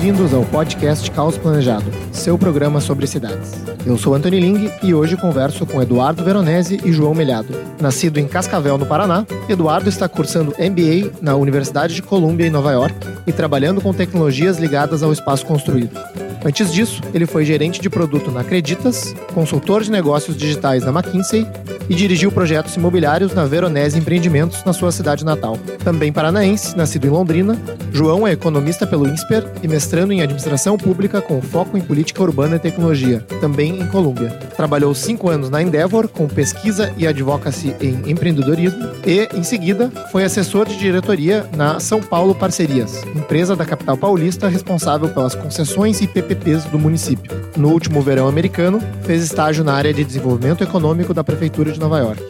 bem-vindos ao podcast Caos Planejado, seu programa sobre cidades. Eu sou Antony Ling e hoje converso com Eduardo Veronese e João Melhado. Nascido em Cascavel, no Paraná, Eduardo está cursando MBA na Universidade de Columbia, em Nova York, e trabalhando com tecnologias ligadas ao espaço construído. Antes disso, ele foi gerente de produto na Acreditas, consultor de negócios digitais na McKinsey e dirigiu projetos imobiliários na Veronese Empreendimentos, na sua cidade natal. Também paranaense, nascido em Londrina, João é economista pelo INSPER e mestrando em administração pública com foco em política urbana e tecnologia, também em Colômbia. Trabalhou 5 anos na Endeavor com pesquisa e advocacy em empreendedorismo e, em seguida, foi assessor de diretoria na São Paulo Parcerias, empresa da capital paulista responsável pelas concessões e PPPs do município. No último verão americano, fez estágio na área de desenvolvimento econômico da Prefeitura de Nova York.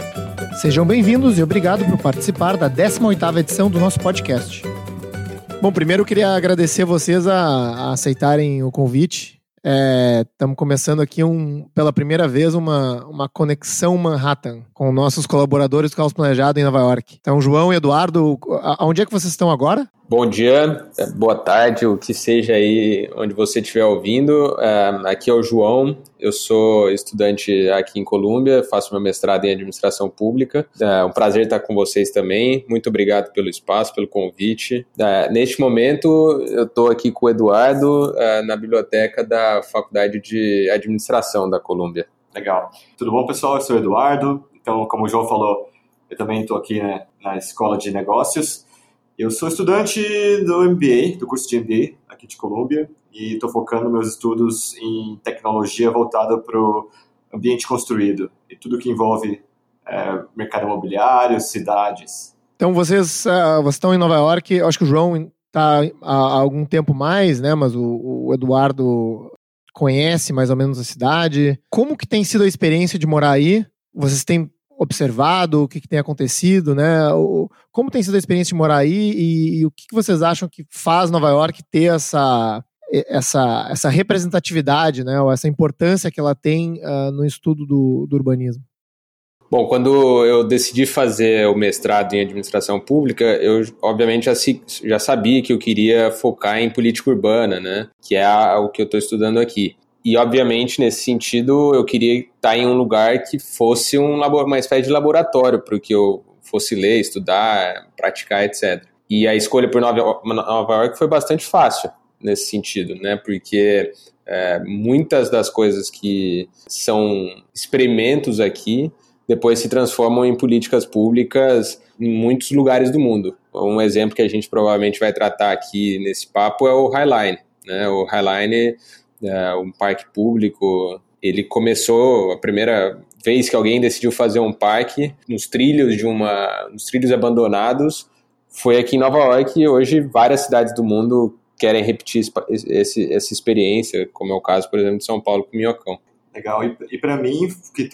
Sejam bem-vindos e obrigado por participar da 18ª edição do nosso podcast. Bom, primeiro eu queria agradecer vocês a aceitarem o convite. Estamos começando aqui pela primeira vez uma conexão Manhattan com nossos colaboradores do Caos Planejado em Nova York. Então, João e Eduardo, onde é que vocês estão agora? Bom dia, boa tarde, o que seja aí onde você estiver ouvindo. Aqui é o João, eu sou estudante aqui em Colômbia, faço meu mestrado em administração pública. É um prazer estar com vocês também, muito obrigado pelo espaço, pelo convite. Neste momento eu estou aqui com o Eduardo na biblioteca da Faculdade de Administração da Colômbia. Legal. Tudo bom, pessoal? Eu sou o Eduardo, então como o João falou, eu também estou aqui na Escola de Negócios. Eu sou estudante do MBA, do curso de MBA aqui de Colômbia, e estou focando meus estudos em tecnologia voltada para o ambiente construído e tudo que envolve mercado imobiliário, cidades. Então vocês estão em Nova York, eu acho que o João está há algum tempo mais, né? Mas o Eduardo conhece mais ou menos a cidade. Como que tem sido a experiência de morar aí? Vocês têm observado o que tem acontecido, né? Como tem sido a experiência de morar aí e o que vocês acham que faz Nova York ter essa representatividade, né? Ou essa importância que ela tem no estudo do urbanismo? Bom, quando eu decidi fazer o mestrado em administração pública, eu obviamente já sabia que eu queria focar em política urbana, né? Que é o que eu estou estudando aqui. E, obviamente, nesse sentido, eu queria estar em um lugar que fosse uma espécie de laboratório para o que eu fosse ler, estudar, praticar, etc. E a escolha por Nova York foi bastante fácil nesse sentido, né? Porque muitas das coisas que são experimentos aqui depois se transformam em políticas públicas em muitos lugares do mundo. Um exemplo que a gente provavelmente vai tratar aqui nesse papo é o High Line, né? O High Line um parque público, ele começou a primeira vez que alguém decidiu fazer um parque nos trilhos abandonados, foi aqui em Nova York, e hoje várias cidades do mundo querem repetir essa experiência, como é o caso, por exemplo, de São Paulo com o Minhocão. Legal, e para mim, o que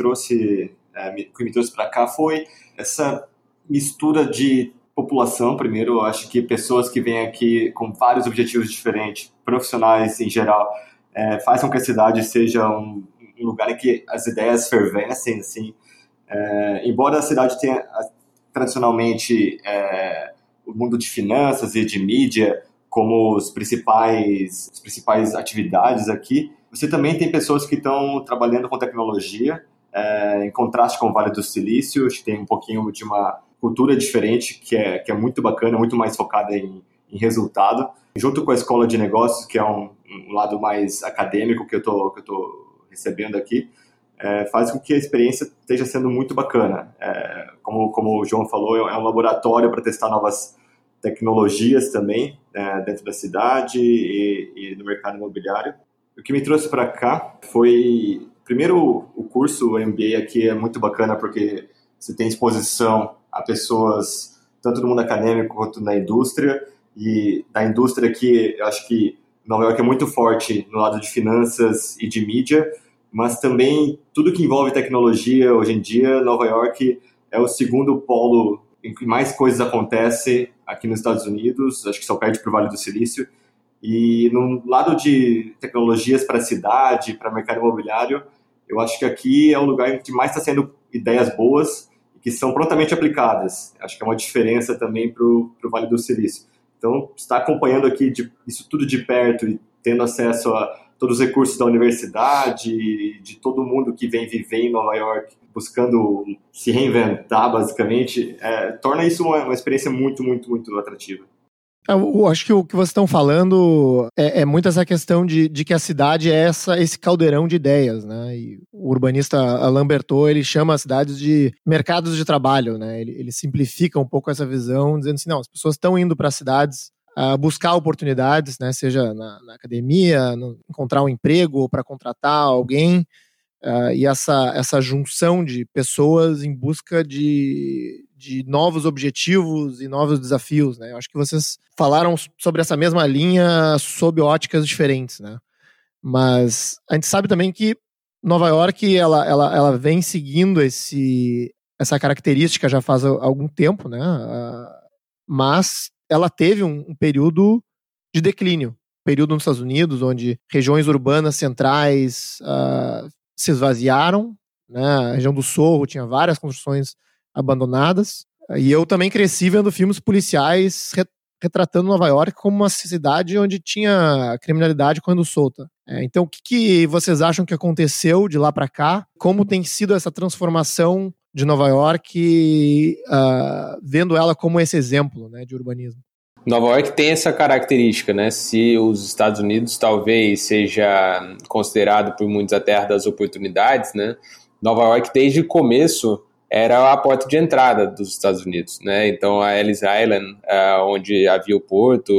me trouxe para cá foi essa mistura de população. Primeiro, eu acho que pessoas que vêm aqui com vários objetivos diferentes, profissionais em geral, faz com que a cidade seja um lugar em que as ideias fervescem, assim. Embora a cidade tenha tradicionalmente o mundo de finanças e de mídia como as principais atividades aqui, você também tem pessoas que estão trabalhando com tecnologia, em contraste com o Vale do Silício. Acho que tem um pouquinho de uma cultura diferente que é muito bacana, muito mais focada em resultado. Junto com a Escola de Negócios, que é um lado mais acadêmico que eu tô recebendo aqui, faz com que a experiência esteja sendo muito bacana. Como o João falou, é um laboratório para testar novas tecnologias também dentro da cidade e no mercado imobiliário. O que me trouxe para cá foi, primeiro, o curso, o MBA aqui é muito bacana porque você tem exposição a pessoas tanto do mundo acadêmico quanto da indústria. E da indústria aqui, eu acho que Nova York é muito forte no lado de finanças e de mídia, mas também tudo que envolve tecnologia. Hoje em dia, Nova York é o segundo polo em que mais coisas acontecem aqui nos Estados Unidos, acho que só perde para o Vale do Silício. E no lado de tecnologias para a cidade, para o mercado imobiliário, eu acho que aqui é o lugar em que mais está sendo ideias boas e que são prontamente aplicadas. Acho que é uma diferença também para o Vale do Silício. Então, estar acompanhando aqui isso tudo de perto e tendo acesso a todos os recursos da universidade, de todo mundo que vem viver em Nova York, buscando se reinventar, basicamente, torna isso uma experiência muito, muito, muito atrativa. Eu acho que o que vocês estão falando é muito essa questão de que a cidade é esse caldeirão de ideias, né? E o urbanista Alain Berthaud, ele chama as cidades de mercados de trabalho, né? Ele simplifica um pouco essa visão, dizendo assim, não, as pessoas estão indo para as cidades buscar oportunidades, né? Seja na academia, encontrar um emprego ou para contratar alguém, e essa junção de pessoas em busca de novos objetivos e novos desafios, né? Eu acho que vocês falaram sobre essa mesma linha sob óticas diferentes, né? Mas a gente sabe também que Nova York, ela vem seguindo essa característica já faz algum tempo, né? Mas ela teve um período de declínio. Período nos Estados Unidos, onde regiões urbanas centrais se esvaziaram, né? A região do Sorro tinha várias construções abandonadas, e eu também cresci vendo filmes policiais retratando Nova York como uma cidade onde tinha criminalidade correndo solta. Então, o que vocês acham que aconteceu de lá para cá? Como tem sido essa transformação de Nova York, vendo ela como esse exemplo, né, de urbanismo? Nova York tem essa característica, né? Se os Estados Unidos talvez seja considerado por muitos a terra das oportunidades, né? Nova York, desde o começo, era a porta de entrada dos Estados Unidos, né? Então, a Ellis Island, onde havia o porto,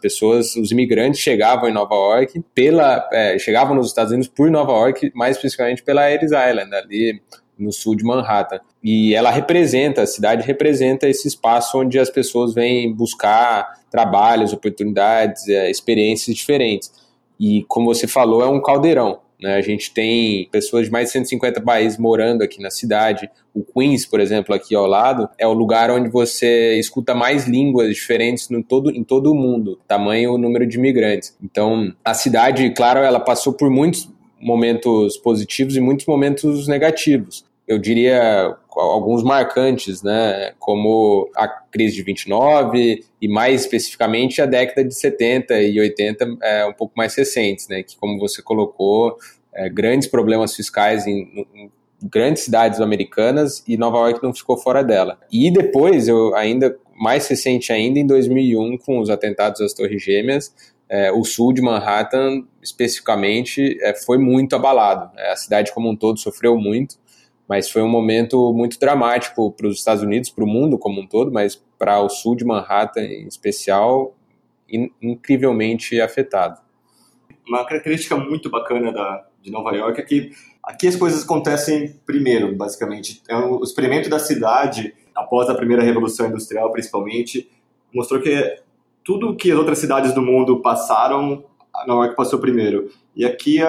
os imigrantes chegavam em Nova York chegavam nos Estados Unidos por Nova York, mais especificamente pela Ellis Island, ali no sul de Manhattan. E a cidade representa esse espaço onde as pessoas vêm buscar trabalhos, oportunidades, experiências diferentes. E, como você falou, é um caldeirão, né? A gente tem pessoas de mais de 150 países morando aqui na cidade. O Queens, por exemplo, aqui ao lado, é o lugar onde você escuta mais línguas diferentes em todo o mundo, tamanho o número de imigrantes. Então, a cidade, claro, ela passou por muitos momentos positivos e muitos momentos negativos. Eu diria alguns marcantes, né, como a crise de 29 e mais especificamente a década de 70 e 80, um pouco mais recentes, né, que, como você colocou, grandes problemas fiscais em grandes cidades americanas, e Nova York não ficou fora dela. E depois, mais recente ainda, em 2001, com os atentados às Torres Gêmeas, o sul de Manhattan, especificamente, foi muito abalado. A cidade como um todo sofreu muito, mas foi um momento muito dramático para os Estados Unidos, para o mundo como um todo, mas para o sul de Manhattan em especial, incrivelmente afetado. Uma característica muito bacana de Nova York é que aqui as coisas acontecem primeiro, basicamente. O experimento da cidade, após a primeira Revolução Industrial, principalmente, mostrou que tudo que as outras cidades do mundo passaram, a Nova York passou primeiro. E aqui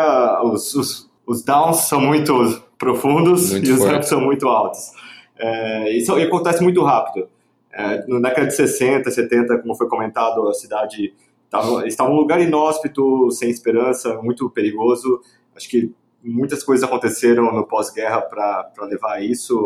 os downs são muito profundos e os ups são muito altos. Isso acontece muito rápido. Na década de 60, 70, como foi comentado, a cidade estava num lugar inóspito, sem esperança, muito perigoso. Acho que muitas coisas aconteceram no pós-guerra para levar a isso,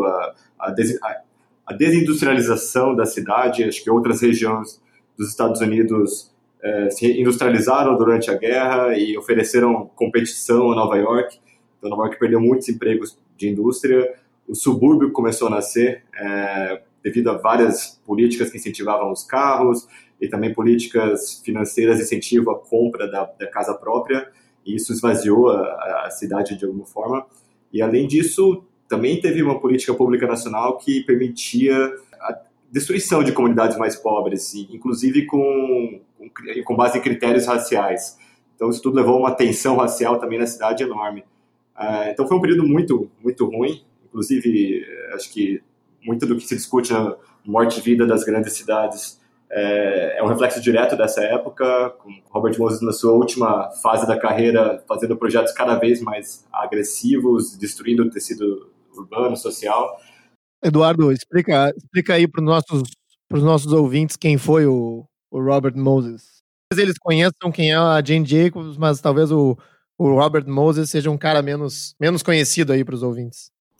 a desindustrialização da cidade. Acho que outras regiões dos Estados Unidos se industrializaram durante a guerra e ofereceram competição a Nova York. Então, Nova York perdeu muitos empregos de indústria. O subúrbio começou a nascer devido a várias políticas que incentivavam os carros e também políticas financeiras de incentivo à compra da casa própria. E isso esvaziou a cidade de alguma forma. E, além disso, também teve uma política pública nacional que permitia a destruição de comunidades mais pobres, inclusive com base em critérios raciais. Então, isso tudo levou a uma tensão racial também na cidade enorme. Então, foi um período muito, muito ruim. Inclusive, acho que muito do que se discute na morte e vida das grandes cidades é um reflexo direto dessa época, com Robert Moses na sua última fase da carreira, fazendo projetos cada vez mais agressivos, destruindo o tecido urbano, social. Eduardo, explica aí para os nossos ouvintes quem foi o Robert Moses. Talvez eles conheçam quem é a Jane Jacobs, mas talvez o Robert Moses seja um cara menos conhecido aí para os ouvintes.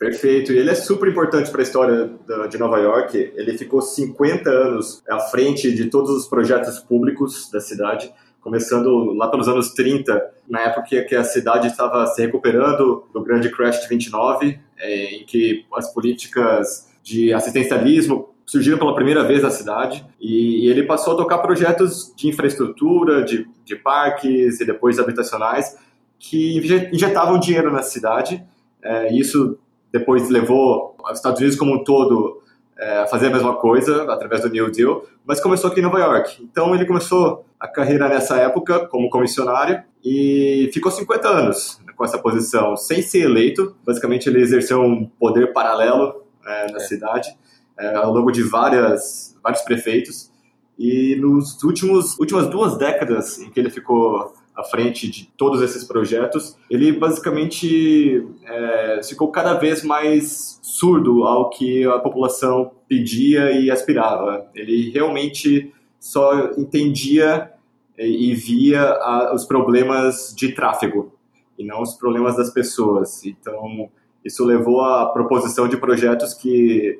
Perfeito, e ele é super importante para a história de Nova York. Ele ficou 50 anos à frente de todos os projetos públicos da cidade, começando lá pelos anos 30, na época que a cidade estava se recuperando do grande crash de 29, em que as políticas de assistencialismo surgiram pela primeira vez na cidade, e ele passou a tocar projetos de infraestrutura, de parques e depois habitacionais, que injetavam dinheiro na cidade. Isso depois levou os Estados Unidos como um todo a fazer a mesma coisa através do New Deal, mas começou aqui em Nova York. Então ele começou a carreira nessa época como comissionário e ficou 50 anos com essa posição, sem ser eleito. Basicamente ele exerceu um poder paralelo na cidade, ao longo de vários prefeitos. E nos últimas 2 décadas em que ele ficou à frente de todos esses projetos, ele basicamente ficou cada vez mais surdo ao que a população pedia e aspirava. Ele realmente só entendia e via os problemas de tráfego e não os problemas das pessoas. Então, isso levou à proposição de projetos que,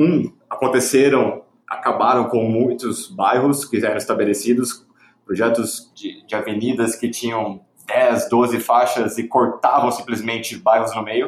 acabaram com muitos bairros que eram estabelecidos, projetos de avenidas que tinham 10, 12 faixas e cortavam simplesmente bairros no meio.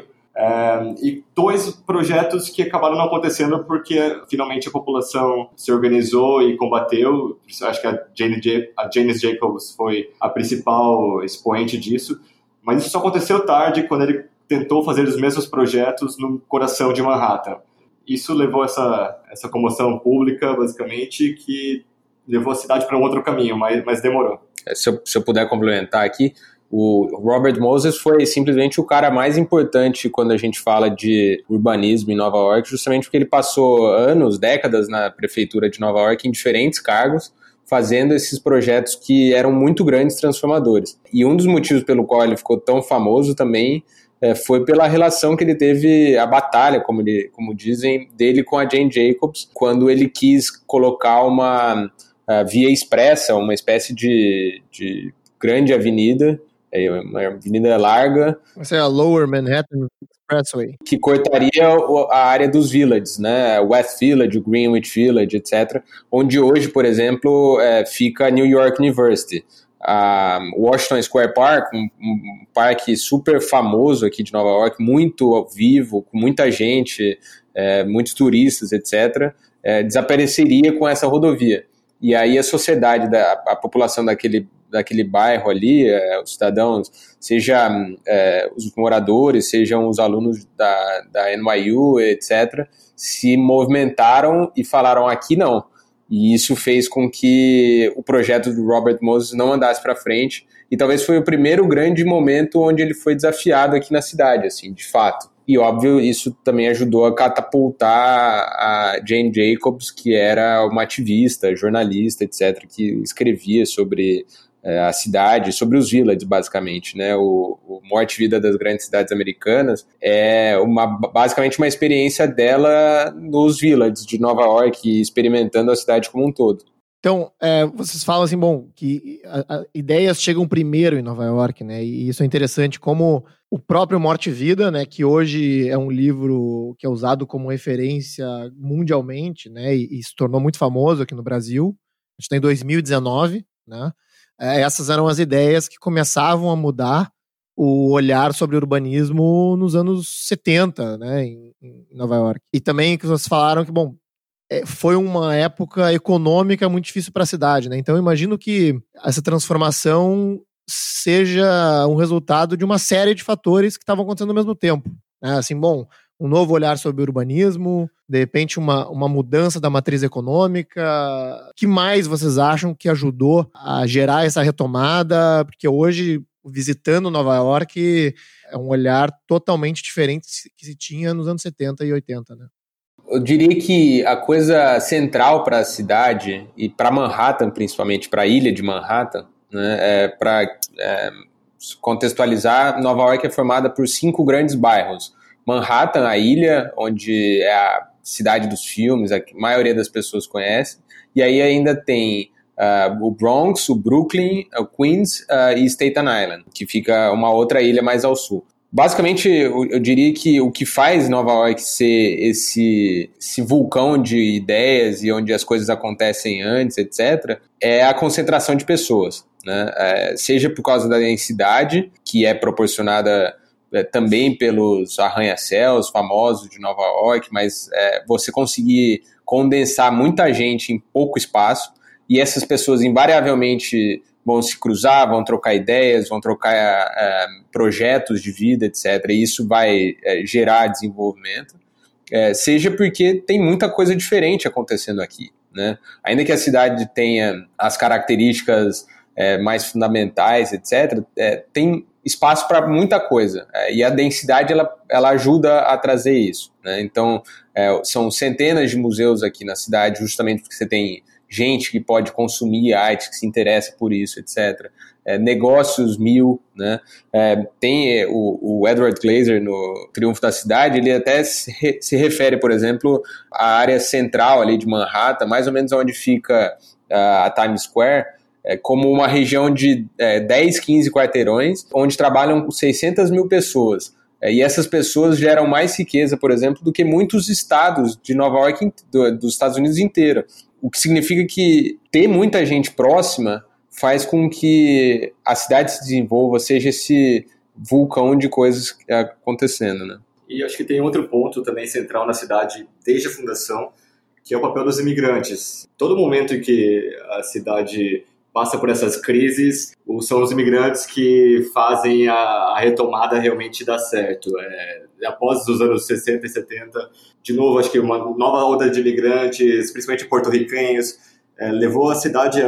E 2 projetos que acabaram não acontecendo porque finalmente a população se organizou e combateu. Acho que a Janice Jacobs foi a principal expoente disso, mas isso só aconteceu tarde, quando ele tentou fazer os mesmos projetos no coração de Manhattan. Isso levou essa comoção pública, basicamente, que levou a cidade para um outro caminho, mas demorou. Se eu puder complementar aqui, o Robert Moses foi simplesmente o cara mais importante quando a gente fala de urbanismo em Nova York, justamente porque ele passou décadas na prefeitura de Nova York em diferentes cargos, fazendo esses projetos que eram muito grandes, transformadores. E um dos motivos pelo qual ele ficou tão famoso também foi pela relação que ele teve, a batalha, como dizem, dele com a Jane Jacobs, quando ele quis colocar uma via expressa, uma espécie de grande avenida, uma avenida larga. Essa é a Lower Manhattan Expressway. Que cortaria a área dos villages, né? West Village, Greenwich Village, etc. Onde hoje, por exemplo, fica a New York University. Washington Square Park, um parque super famoso aqui de Nova York, muito vivo, com muita gente, muitos turistas, etc., desapareceria com essa rodovia. E aí a sociedade, a população daquele bairro ali, os cidadãos, seja os moradores, sejam os alunos da NYU, etc., se movimentaram e falaram: aqui não. E isso fez com que o projeto do Robert Moses não andasse para frente, e talvez foi o primeiro grande momento onde ele foi desafiado aqui na cidade, assim, de fato. E, óbvio, isso também ajudou a catapultar a Jane Jacobs, que era uma ativista, jornalista, etc., que escrevia sobre a cidade, sobre os villages, basicamente, né? O Morte e Vida das Grandes Cidades Americanas é basicamente uma experiência dela nos villages de Nova York, experimentando a cidade como um todo. Então, vocês falam assim, que ideias chegam primeiro em Nova York, né? E isso é interessante, como o próprio Morte e Vida, né? Que hoje é um livro que é usado como referência mundialmente, né? E se tornou muito famoso aqui no Brasil. A gente está em 2019, né? Essas eram as ideias que começavam a mudar o olhar sobre urbanismo nos anos 70, né, em Nova York. E também que vocês falaram que, foi uma época econômica muito difícil para a cidade, né? Então eu imagino que essa transformação seja um resultado de uma série de fatores que estavam acontecendo ao mesmo tempo, né? Assim, um novo olhar sobre o urbanismo, de repente uma mudança da matriz econômica. O que mais vocês acham que ajudou a gerar essa retomada? Porque hoje, visitando Nova York, é um olhar totalmente diferente que se tinha nos anos 70 e 80, né? Eu diria que a coisa central para a cidade, e para Manhattan principalmente, para a ilha de Manhattan, né, para contextualizar, Nova York é formada por 5 grandes bairros. Manhattan, a ilha, onde é a cidade dos filmes, a maioria das pessoas conhece, e aí ainda tem o Bronx, o Brooklyn, o Queens e Staten Island, que fica uma outra ilha mais ao sul. Basicamente, eu diria que o que faz Nova York ser esse vulcão de ideias e onde as coisas acontecem antes, etc., é a concentração de pessoas, né? Seja por causa da densidade, que é proporcionada também pelos arranha-céus famosos de Nova York, mas você conseguir condensar muita gente em pouco espaço, e essas pessoas invariavelmente vão se cruzar, vão trocar ideias, vão trocar projetos de vida, etc. E isso vai gerar desenvolvimento, seja porque tem muita coisa diferente acontecendo aqui, né? Ainda que a cidade tenha as características mais fundamentais, etc., tem espaço para muita coisa, e a densidade ela ajuda a trazer isso, né? Então, são centenas de museus aqui na cidade, justamente porque você tem gente que pode consumir arte, que se interessa por isso, etc. Negócios mil, né? Tem o Edward Glaeser no Triunfo da Cidade, ele até se refere, por exemplo, à área central ali de Manhattan, mais ou menos onde fica a Times Square, como uma região de 10, 15 quarteirões, onde trabalham 600 mil pessoas. E essas pessoas geram mais riqueza, por exemplo, do que muitos estados de Nova York, dos Estados Unidos inteiro. O que significa que ter muita gente próxima faz com que a cidade se desenvolva, seja esse vulcão de coisas acontecendo, né? E acho que tem outro ponto também central na cidade desde a fundação, que é o papel dos imigrantes. Todo momento em que a cidade passa por essas crises, são os imigrantes que fazem a retomada realmente dar certo. Após os anos 60 e 70, de novo, acho que uma nova onda de imigrantes, principalmente porto-riquenhos, levou a cidade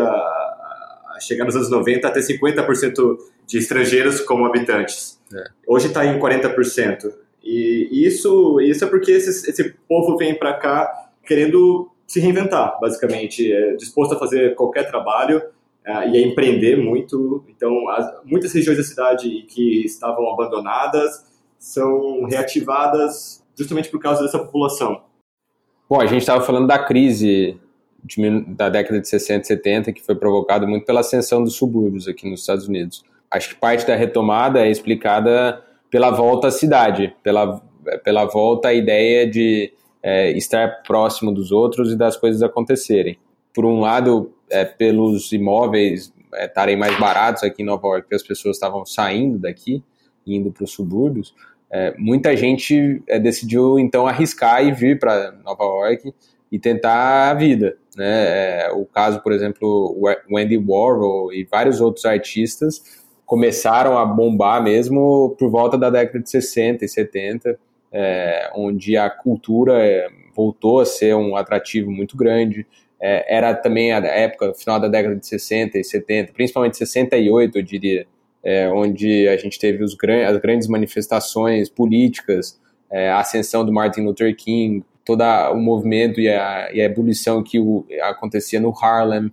a chegar nos anos 90 a ter 50% de estrangeiros como habitantes. Hoje está em 40%. E isso é porque esse povo vem para cá querendo se reinventar, basicamente, disposto a fazer qualquer trabalho, e a empreender muito. Então, muitas regiões da cidade que estavam abandonadas são reativadas justamente por causa dessa população. Bom, a gente estava falando da crise da década de 60 e 70, que foi provocada muito pela ascensão dos subúrbios aqui nos Estados Unidos. Acho que parte da retomada é explicada pela volta à cidade, pela volta à ideia de estar próximo dos outros e das coisas acontecerem. Por um lado, pelos imóveis estarem mais baratos aqui em Nova York, porque as pessoas estavam saindo daqui, indo para os subúrbios, muita gente decidiu então arriscar e vir para Nova York e tentar a vida, né? O caso, por exemplo, o Andy Warhol e vários outros artistas começaram a bombar mesmo por volta da década de 60 e 70, onde a cultura voltou a ser um atrativo muito grande. Era também a época, final da década de 60 e 70, principalmente 68, eu diria, onde a gente teve as grandes manifestações políticas, a ascensão do Martin Luther King, todo o movimento e a ebulição que acontecia no Harlem,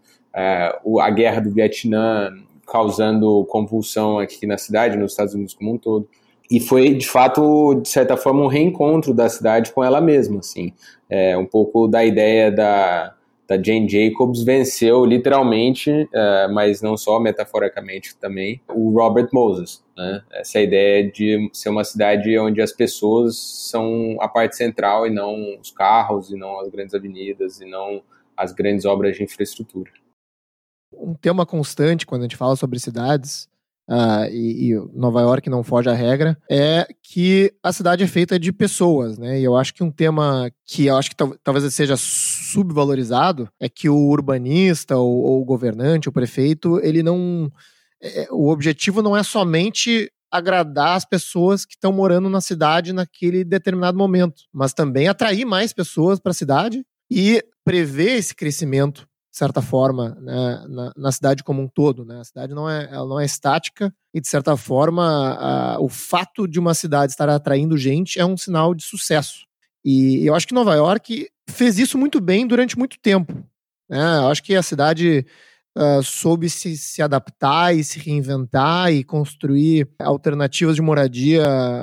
a guerra do Vietnã causando convulsão aqui na cidade, nos Estados Unidos como um todo. E foi, de fato, de certa forma, um reencontro da cidade com ela mesma, assim. Um pouco da ideia da Jane Jacobs venceu literalmente, mas não só metaforicamente também, o Robert Moses, né? Essa ideia de ser uma cidade onde as pessoas são a parte central e não os carros, e não as grandes avenidas, e não as grandes obras de infraestrutura. Um tema constante quando a gente fala sobre cidades, e Nova York não foge à regra, é que a cidade é feita de pessoas, né? E eu acho que um tema que eu acho que talvez seja subvalorizado é que o urbanista ou o governante, o prefeito, ele não... o objetivo não é somente agradar as pessoas que estão morando na cidade naquele determinado momento, mas também atrair mais pessoas para a cidade e prever esse crescimento, de certa forma, né, na cidade como um todo, né? A cidade ela não é estática e, de certa forma, o fato de uma cidade estar atraindo gente é um sinal de sucesso. E eu acho que Nova York fez isso muito bem durante muito tempo, né? Eu acho que a cidade soube se adaptar e se reinventar e construir alternativas de moradia,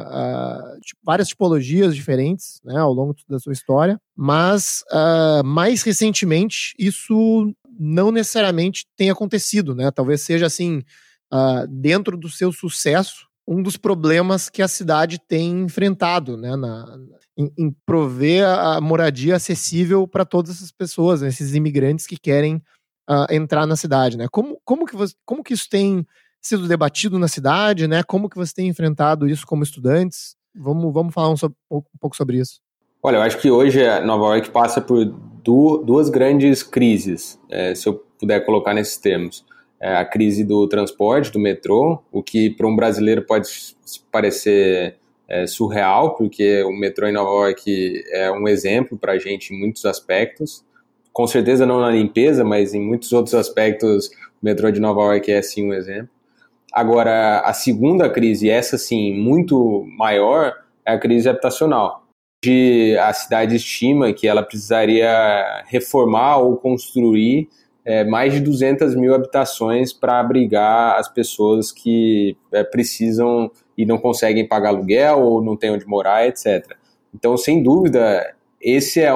várias tipologias diferentes, né, ao longo da sua história, mas mais recentemente isso não necessariamente tem acontecido, né? Talvez seja assim, dentro do seu sucesso, um dos problemas que a cidade tem enfrentado, né, em prover a moradia acessível para todas essas pessoas, né, esses imigrantes que querem entrar na cidade, né? Como que isso tem sido debatido na cidade, né? Como que você tem enfrentado isso como estudantes? Vamos falar um pouco sobre isso. Olha, eu acho que hoje Nova York passa por duas grandes crises, se eu puder colocar nesses termos. A crise do transporte, do metrô, o que para um brasileiro pode parecer surreal, porque o metrô em Nova York é um exemplo para a gente em muitos aspectos. Com certeza não na limpeza, mas em muitos outros aspectos o metrô de Nova York é sim um exemplo. Agora, a segunda crise, essa sim, muito maior, é a crise habitacional. Hoje a cidade estima que ela precisaria reformar ou construir mais de 200 mil habitações para abrigar as pessoas que precisam e não conseguem pagar aluguel ou não têm onde morar, etc. Então, sem dúvida, esse é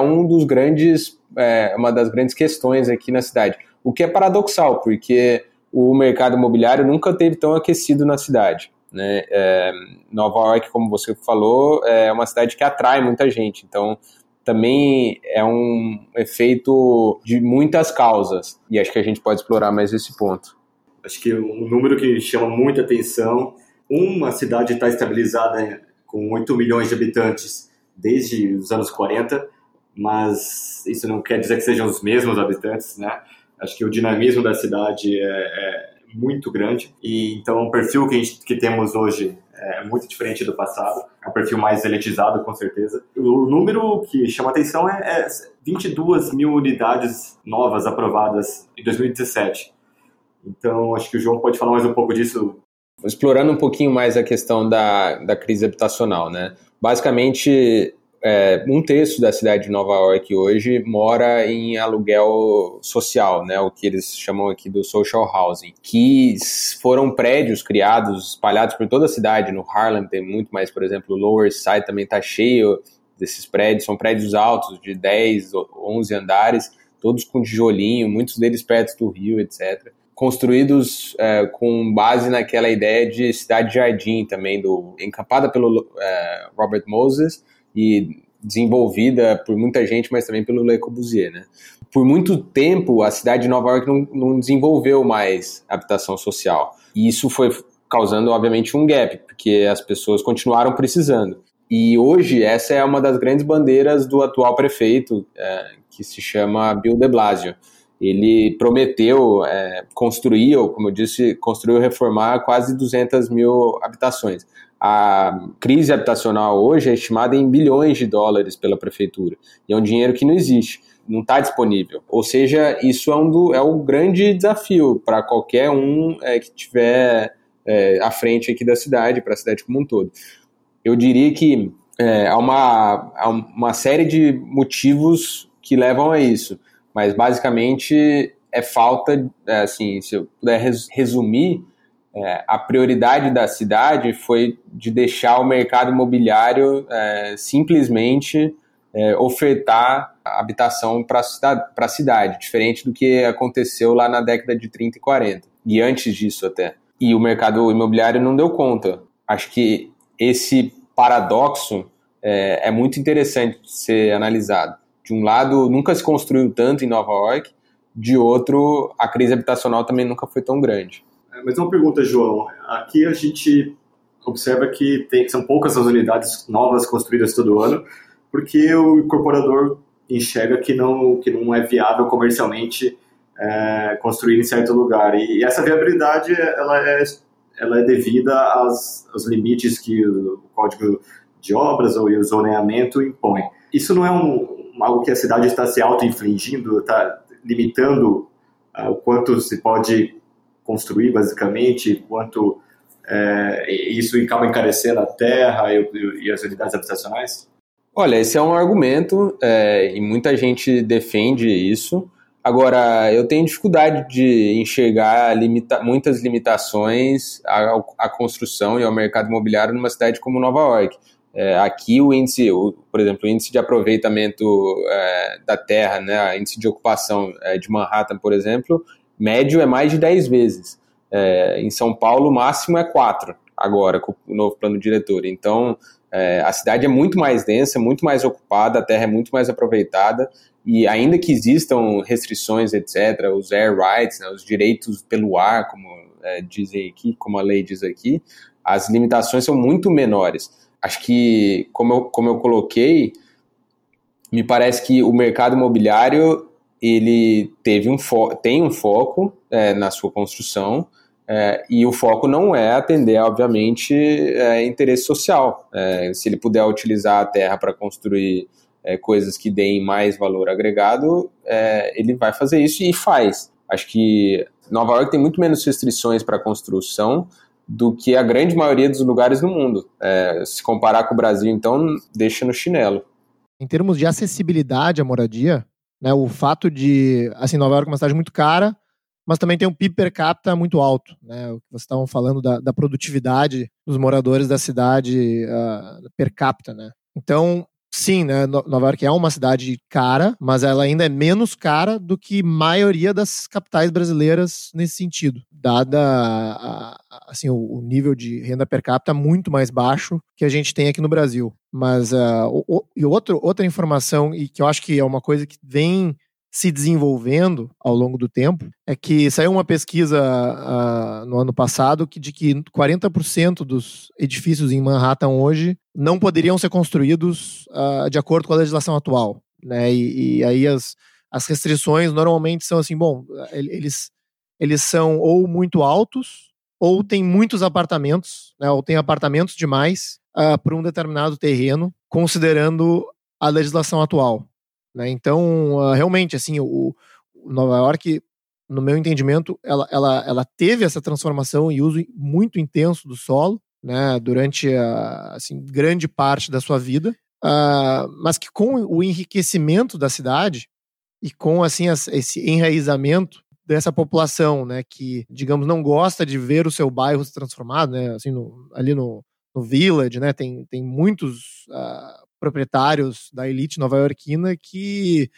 uma das grandes questões aqui na cidade. O que é paradoxal, porque o mercado imobiliário nunca teve tão aquecido na cidade, né? Nova York, como você falou, é uma cidade que atrai muita gente, então também é um efeito de muitas causas, e acho que a gente pode explorar mais esse ponto. Acho que um número que chama muita atenção, uma cidade está estabilizada com 8 milhões de habitantes desde os anos 40, mas isso não quer dizer que sejam os mesmos habitantes, né? Acho que o dinamismo da cidade é muito grande, e então o perfil que temos hoje é muito diferente do passado, é um perfil mais elitizado, com certeza. O número que chama atenção é 22 mil unidades novas aprovadas em 2017. Então, acho que o João pode falar mais um pouco disso. Explorando um pouquinho mais a questão da crise habitacional, né? Basicamente, um terço da cidade de Nova York hoje mora em aluguel social, né, o que eles chamam aqui do social housing, que foram prédios criados, espalhados por toda a cidade. No Harlem tem muito mais, por exemplo, o Lower East Side também está cheio desses prédios, são prédios altos de 10, 11 andares, todos com tijolinho, muitos deles perto do rio, etc. Construídos com base naquela ideia de cidade-jardim também, encampada pelo Robert Moses, e desenvolvida por muita gente, mas também pelo Le Corbusier, né? Por muito tempo, a cidade de Nova York não desenvolveu mais habitação social. E isso foi causando, obviamente, um gap, porque as pessoas continuaram precisando. E hoje, essa é uma das grandes bandeiras do atual prefeito, que se chama Bill de Blasio. Ele prometeu construir e reformar quase 200 mil habitações. A crise habitacional hoje é estimada em bilhões de dólares pela prefeitura, e é um dinheiro que não existe, não está disponível. Ou seja, isso é um grande desafio para qualquer um que estiver à frente aqui da cidade, para a cidade como um todo. Eu diria que há uma série de motivos que levam a isso, mas basicamente é falta, assim, se eu puder resumir, a prioridade da cidade foi de deixar o mercado imobiliário simplesmente ofertar habitação para a cidade, diferente do que aconteceu lá na década de 30 e 40, e antes disso até. E o mercado imobiliário não deu conta. Acho que esse paradoxo é muito interessante de ser analisado. De um lado, nunca se construiu tanto em Nova York, de outro, a crise habitacional também nunca foi tão grande. Mas uma pergunta, João. Aqui a gente observa que são poucas as unidades novas construídas todo ano, porque o incorporador enxerga que não é viável comercialmente construir em certo lugar. E essa viabilidade ela é devida aos limites que o Código de Obras ou o zoneamento impõe. Isso não é algo que a cidade está se auto-infligindo, está limitando o quanto se pode construir, basicamente, quanto isso acaba encarecendo a terra e as unidades habitacionais? Olha, esse é um argumento e muita gente defende isso. Agora, eu tenho dificuldade de enxergar muitas limitações à construção e ao mercado imobiliário numa cidade como Nova York. Aqui por exemplo, o índice de aproveitamento da terra, né, o índice de ocupação de Manhattan, por exemplo, médio é mais de 10 vezes. Em São Paulo, o máximo é 4. agora, com o novo plano diretor. Então, a cidade é muito mais densa, muito mais ocupada, a terra é muito mais aproveitada, e ainda que existam restrições, etc., os air rights, né, os direitos pelo ar, como dizem aqui, como a lei diz aqui, as limitações são muito menores. Acho que, como eu coloquei, me parece que o mercado imobiliário ele tem um foco na sua construção, e o foco não é atender, obviamente, interesse social. Se ele puder utilizar a terra para construir coisas que deem mais valor agregado, ele vai fazer isso e faz. Acho que Nova York tem muito menos restrições para construção do que a grande maioria dos lugares do mundo. Se comparar com o Brasil, então, deixa no chinelo. Em termos de acessibilidade à moradia, né, o fato de, assim, Nova York é uma cidade muito cara, mas também tem um PIB per capita muito alto, né? O que vocês estavam falando da produtividade dos moradores da cidade per capita, né? Então, sim, né, Nova York é uma cidade cara, mas ela ainda é menos cara do que a maioria das capitais brasileiras nesse sentido, dada assim, o nível de renda per capita muito mais baixo que a gente tem aqui no Brasil. Mas outra informação, e que eu acho que é uma coisa que vem se desenvolvendo ao longo do tempo, é que saiu uma pesquisa no ano passado de que 40% dos edifícios em Manhattan hoje não poderiam ser construídos de acordo com a legislação atual, né? E aí as restrições normalmente são assim, bom, eles são ou muito altos ou tem muitos apartamentos, né? Ou tem apartamentos demais para um determinado terreno, considerando a legislação atual. Né? Então, realmente, assim, o Nova York, no meu entendimento, ela teve essa transformação e uso muito intenso do solo, né, durante assim, grande parte da sua vida, mas que com o enriquecimento da cidade e com assim, esse enraizamento dessa população, né, que, digamos, não gosta de ver o seu bairro se transformado, né, assim, ali no Village, né, tem muitos proprietários da elite nova-iorquina que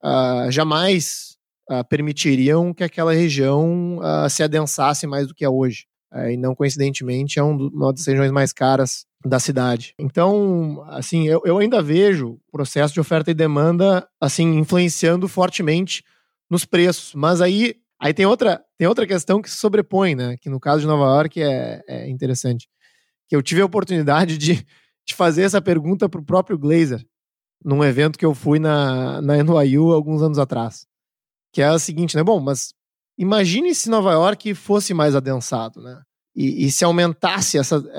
jamais permitiriam que aquela região se adensasse mais do que é hoje. E não coincidentemente é uma das regiões mais caras da cidade. Então, assim, eu ainda vejo o processo de oferta e demanda assim, influenciando fortemente nos preços. Mas aí tem outra questão que se sobrepõe, né? Que no caso de Nova York é interessante. Que eu tive a oportunidade de fazer essa pergunta para o próprio Glazer, num evento que eu fui na NYU alguns anos atrás. Que é o seguinte, né? Bom, mas imagine se Nova York fosse mais adensado, né? E se aumentasse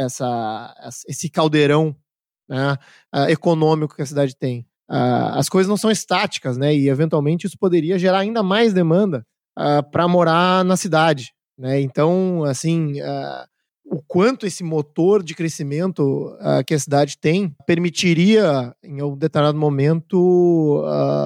esse caldeirão, né, econômico que a cidade tem. As coisas não são estáticas, né? E eventualmente isso poderia gerar ainda mais demanda para morar na cidade, né? Então, assim, o quanto esse motor de crescimento que a cidade tem permitiria, em um determinado momento,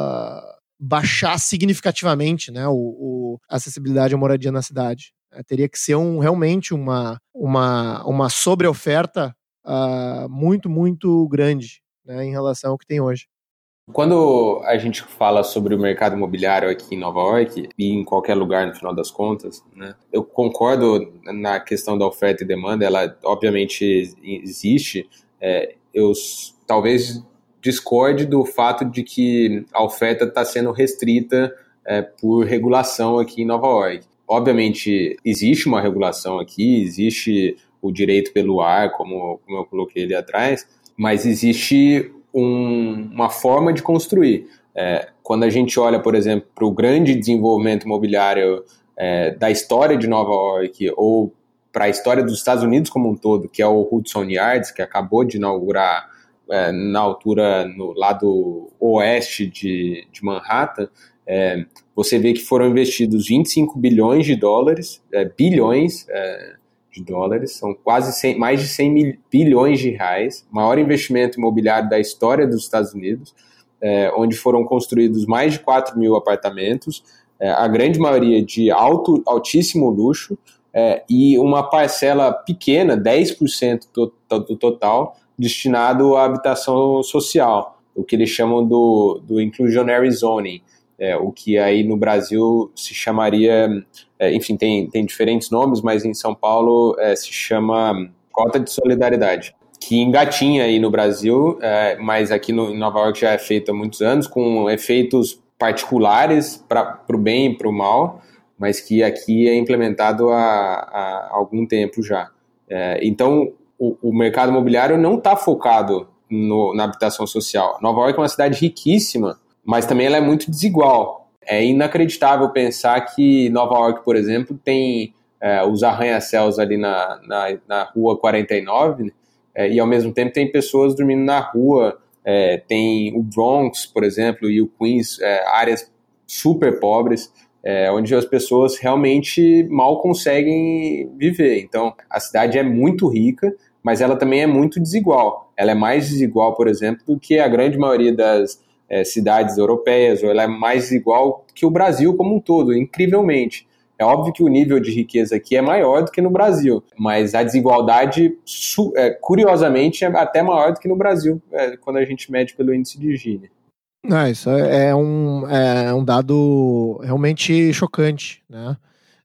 baixar significativamente, né, a acessibilidade à moradia na cidade. Teria que ser realmente uma sobre-oferta muito, muito grande, né, em relação ao que tem hoje. Quando a gente fala sobre o mercado imobiliário aqui em Nova York e em qualquer lugar no final das contas, né, eu concordo na questão da oferta e demanda, ela obviamente existe. Eu talvez discorde do fato de que a oferta está sendo restrita por regulação aqui em Nova York. Obviamente existe uma regulação aqui, existe o direito pelo ar, como eu coloquei ali atrás, mas existe uma forma de construir. Quando a gente olha, por exemplo, para o grande desenvolvimento imobiliário da história de Nova York ou para a história dos Estados Unidos como um todo, que é o Hudson Yards, que acabou de inaugurar na altura, no lado oeste de Manhattan, você vê que foram investidos 25 bilhões de dólares, bilhões de dólares, são mais de 100 bilhões de reais, maior investimento imobiliário da história dos Estados Unidos, onde foram construídos mais de 4 mil apartamentos, a grande maioria de altíssimo luxo, e uma parcela pequena, 10% do total, destinado à habitação social, o que eles chamam do inclusionary zoning, o que aí no Brasil se chamaria, enfim, tem diferentes nomes, mas em São Paulo se chama cota de solidariedade, que engatinha aí no Brasil, mas aqui em Nova York já é feito há muitos anos, com efeitos particulares para o bem e para o mal, mas que aqui é implementado há algum tempo já. Então, o mercado imobiliário não está focado na habitação social. Nova York é uma cidade riquíssima, mas também ela é muito desigual. É inacreditável pensar que Nova York, por exemplo, tem os arranha-céus ali na rua 49, e ao mesmo tempo tem pessoas dormindo na rua, tem o Bronx, por exemplo, e o Queens, áreas super pobres, onde as pessoas realmente mal conseguem viver. Então, a cidade é muito rica, mas ela também é muito desigual. Ela é mais desigual, por exemplo, do que a grande maioria das cidades europeias, ou ela é mais desigual que o Brasil como um todo, incrivelmente. É óbvio que o nível de riqueza aqui é maior do que no Brasil, mas a desigualdade, curiosamente, é até maior do que no Brasil, quando a gente mede pelo índice de Gini. Isso é um dado realmente chocante, né?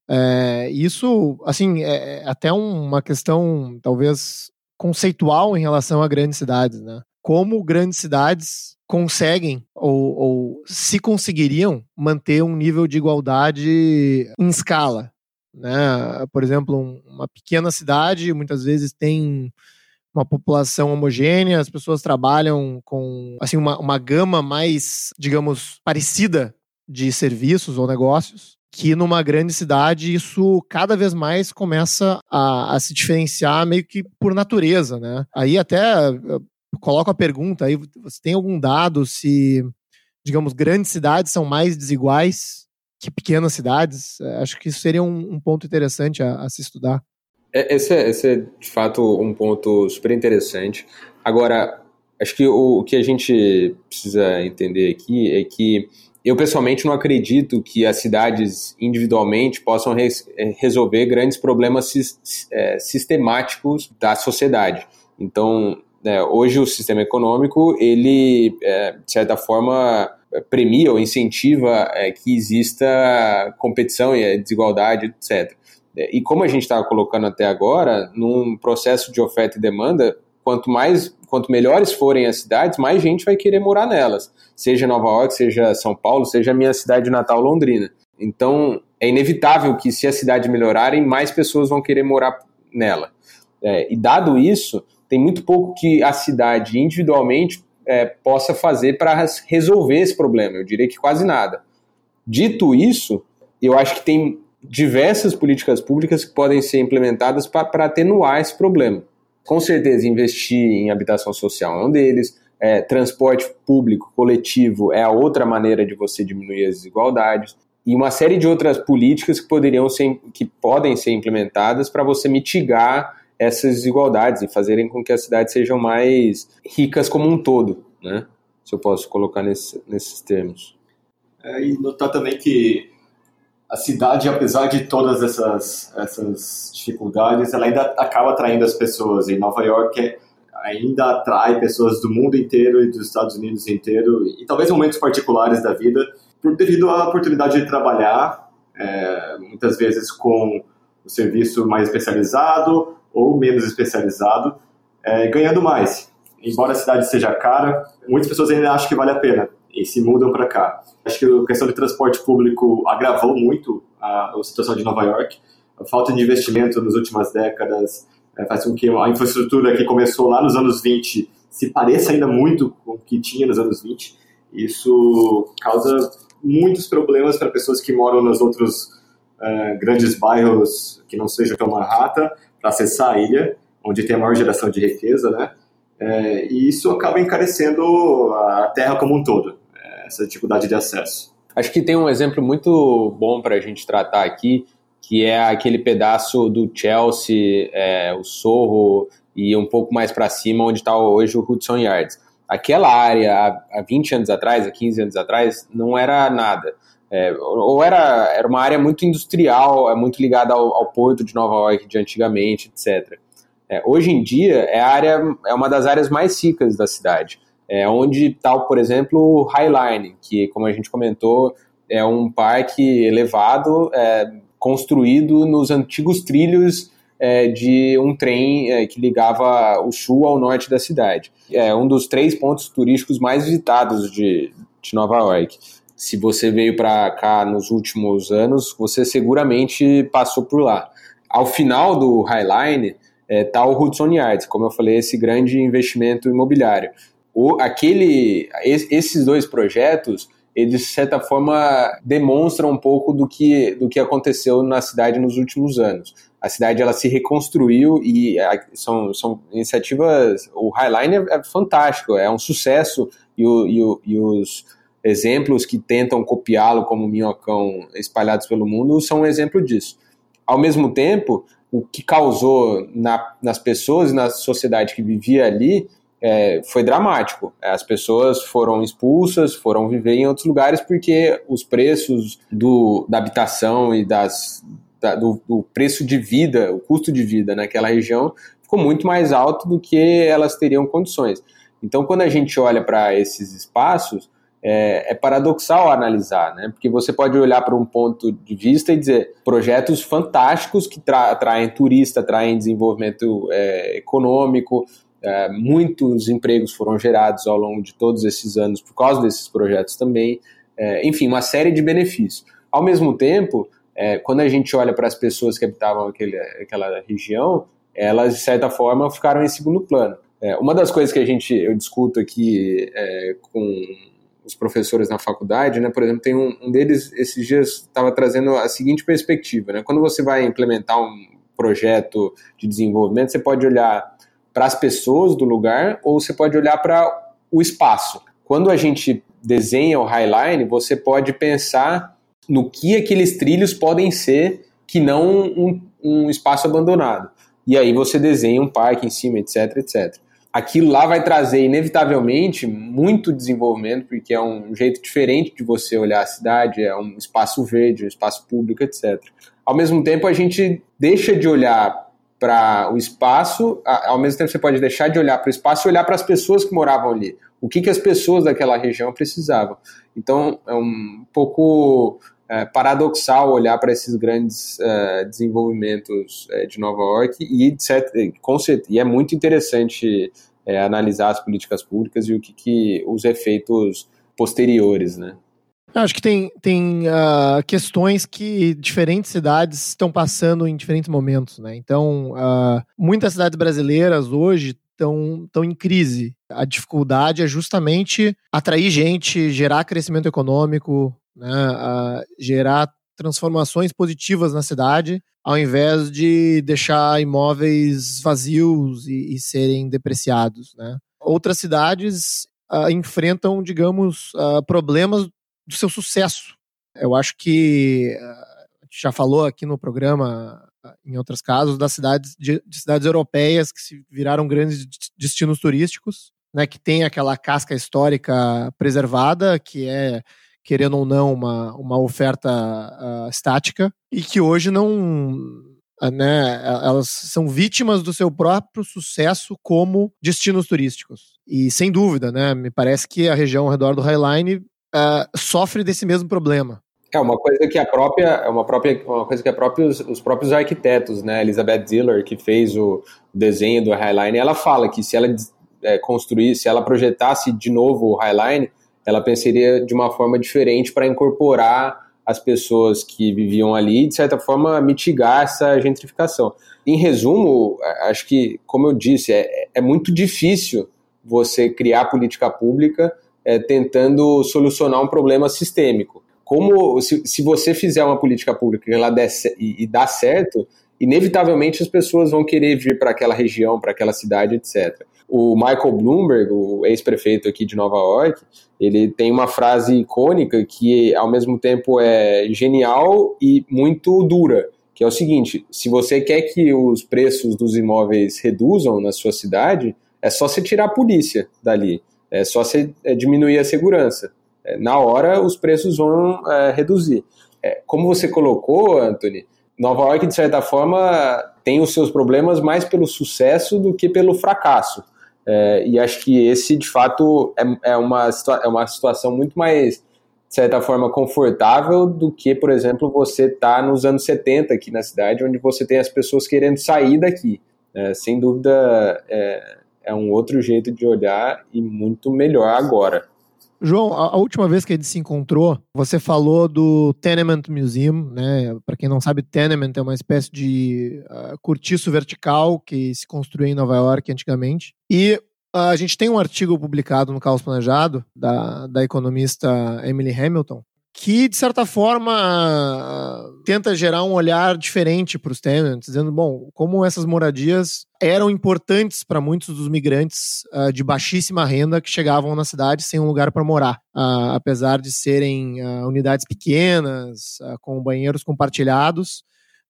Isso, assim, é até uma questão, talvez, conceitual em relação a grandes cidades, né? Como grandes cidades conseguem ou se conseguiriam manter um nível de igualdade em escala, né? Por exemplo, uma pequena cidade muitas vezes tem uma população homogênea, as pessoas trabalham com assim, uma gama mais, digamos, parecida de serviços ou negócios, que numa grande cidade isso cada vez mais começa a se diferenciar meio que por natureza, né? Aí até coloco a pergunta, aí você tem algum dado se, digamos, grandes cidades são mais desiguais que pequenas cidades? Acho que isso seria um ponto interessante a se estudar. Esse é, de fato, um ponto super interessante. Agora, acho que o que a gente precisa entender aqui é que eu, pessoalmente, não acredito que as cidades individualmente possam resolver grandes problemas sistemáticos da sociedade. Então, hoje o sistema econômico, ele, de certa forma, premia ou incentiva que exista competição e desigualdade, etc. E como a gente estava colocando até agora, num processo de oferta e demanda, quanto melhores forem as cidades, mais gente vai querer morar nelas. Seja Nova York, seja São Paulo, seja a minha cidade natal, Londrina. Então, é inevitável que se as cidades melhorarem, mais pessoas vão querer morar nela. E dado isso, tem muito pouco que a cidade individualmente possa fazer para resolver esse problema. Eu diria que quase nada. Dito isso, eu acho que tem diversas políticas públicas que podem ser implementadas para atenuar esse problema. Com certeza, investir em habitação social é um deles, transporte público coletivo é a outra maneira de você diminuir as desigualdades, e uma série de outras políticas que podem ser implementadas para você mitigar essas desigualdades e fazerem com que as cidades sejam mais ricas como um todo, né? Se eu posso colocar nesses termos. E notar também que a cidade, apesar de todas essas dificuldades, ela ainda acaba atraindo as pessoas. E Nova York ainda atrai pessoas do mundo inteiro e dos Estados Unidos inteiro, e talvez em momentos particulares da vida, devido à oportunidade de trabalhar, muitas vezes com o serviço mais especializado ou menos especializado, ganhando mais. Embora a cidade seja cara, muitas pessoas ainda acham que vale a pena e se mudam para cá. Acho que a questão de transporte público agravou muito a situação de Nova York. A falta de investimento nas últimas décadas faz com que a infraestrutura que começou lá nos anos 20 se pareça ainda muito com o que tinha nos anos 20. Isso causa muitos problemas para pessoas que moram nos outros grandes bairros que não sejam tão Manhattan, para acessar a ilha, onde tem a maior geração de riqueza, né? E isso acaba encarecendo a terra como um todo, essa dificuldade de acesso. Acho que tem um exemplo muito bom para a gente tratar aqui, que é aquele pedaço do Chelsea, o Soho e um pouco mais para cima, onde está hoje o Hudson Yards. Aquela área, há 20 anos atrás, há 15 anos atrás, não era nada. Ou era uma área muito industrial, muito ligada ao porto de Nova York de antigamente, etc. Hoje em dia, é uma das áreas mais ricas da cidade. Onde está, por exemplo, o High Line, que, como a gente comentou, é um parque elevado, construído nos antigos trilhos de um trem que ligava o sul ao norte da cidade. É um dos 3 pontos turísticos mais visitados de Nova York. Se você veio para cá nos últimos anos, você seguramente passou por lá. Ao final do High Line está o Hudson Yards, como eu falei, esse grande investimento imobiliário. Esses 2 projetos, eles, de certa forma, demonstram um pouco do que aconteceu na cidade nos últimos anos. A cidade ela se reconstruiu e são iniciativas... O High Line é fantástico, é um sucesso e os exemplos que tentam copiá-lo como minhocão espalhados pelo mundo são um exemplo disso. Ao mesmo tempo, o que causou nas pessoas e na sociedade que vivia ali foi dramático. As pessoas foram expulsas, foram viver em outros lugares porque os preços da habitação e do preço de vida, o custo de vida naquela região ficou muito mais alto do que elas teriam condições. Então, quando a gente olha para esses espaços, é paradoxal analisar, né? Porque você pode olhar para um ponto de vista e dizer projetos fantásticos que atraem turista, atraem desenvolvimento econômico, muitos empregos foram gerados ao longo de todos esses anos por causa desses projetos também, enfim, uma série de benefícios. Ao mesmo tempo, quando a gente olha para as pessoas que habitavam aquela região, elas, de certa forma, ficaram em segundo plano. Uma das coisas que eu discuto aqui com os professores na faculdade, né, por exemplo, tem um deles, esses dias, estava trazendo a seguinte perspectiva, né, quando você vai implementar um projeto de desenvolvimento, você pode olhar para as pessoas do lugar ou você pode olhar para o espaço. Quando a gente desenha o High Line, você pode pensar no que aqueles trilhos podem ser que não um espaço abandonado. E aí você desenha um parque em cima, etc, etc. Aquilo lá vai trazer, inevitavelmente, muito desenvolvimento, porque é um jeito diferente de você olhar a cidade, é um espaço verde, um espaço público, etc. Ao mesmo tempo, a gente deixa de olhar para o espaço, ao mesmo tempo você pode deixar de olhar para o espaço e olhar para as pessoas que moravam ali. O que as pessoas daquela região precisavam. Então, é um pouco paradoxal olhar para esses grandes desenvolvimentos de Nova York e é muito interessante analisar as políticas públicas e os efeitos posteriores, né? Acho que tem questões que diferentes cidades estão passando em diferentes momentos, né? Então, muitas cidades brasileiras hoje estão em crise. A dificuldade é justamente atrair gente, gerar crescimento econômico, né, gerar transformações positivas na cidade, ao invés de deixar imóveis vazios e serem depreciados, né? Outras cidades enfrentam, digamos, problemas do seu sucesso. Eu acho que a gente já falou aqui no programa, em outros casos, das cidades de cidades europeias que se viraram grandes destinos turísticos, né, que tem aquela casca histórica preservada, que é, querendo ou não, uma oferta estática, e que hoje não, né, elas são vítimas do seu próprio sucesso como destinos turísticos. E, sem dúvida, né, me parece que a região ao redor do High Line sofre desse mesmo problema. Uma coisa que os próprios arquitetos, né, Elizabeth Ziller, que fez o desenho do High Line, ela fala que se ela se ela projetasse de novo o High Line, ela pensaria de uma forma diferente para incorporar as pessoas que viviam ali e, de certa forma, mitigar essa gentrificação. Em resumo, acho que, como eu disse, é muito difícil você criar política pública tentando solucionar um problema sistêmico. Se você fizer uma política pública e dá certo, inevitavelmente as pessoas vão querer vir para aquela região, para aquela cidade, etc. O Michael Bloomberg, o ex-prefeito aqui de Nova York, ele tem uma frase icônica que ao mesmo tempo é genial e muito dura, que é o seguinte: se você quer que os preços dos imóveis reduzam na sua cidade, é só você tirar a polícia dali, é só você diminuir a segurança. Na hora os preços vão reduzir. Como você colocou, Anthony, Nova York, de certa forma, tem os seus problemas mais pelo sucesso do que pelo fracasso. E acho que esse, de fato, é uma situação muito mais de certa forma, confortável do que, por exemplo, você tá nos anos 70 aqui na cidade, onde você tem as pessoas querendo sair daqui. Sem dúvida, é um outro jeito de olhar e muito melhor agora. João, a última vez que a gente se encontrou, você falou do Tenement Museum, né? Para quem não sabe, Tenement é uma espécie de cortiço vertical que se construiu em Nova York antigamente. E a gente tem um artigo publicado no Caos Planejado, da economista Emily Hamilton, que, de certa forma, tenta gerar um olhar diferente para os tenements, dizendo, bom, como essas moradias eram importantes para muitos dos migrantes de baixíssima renda que chegavam na cidade sem um lugar para morar, apesar de serem unidades pequenas, com banheiros compartilhados,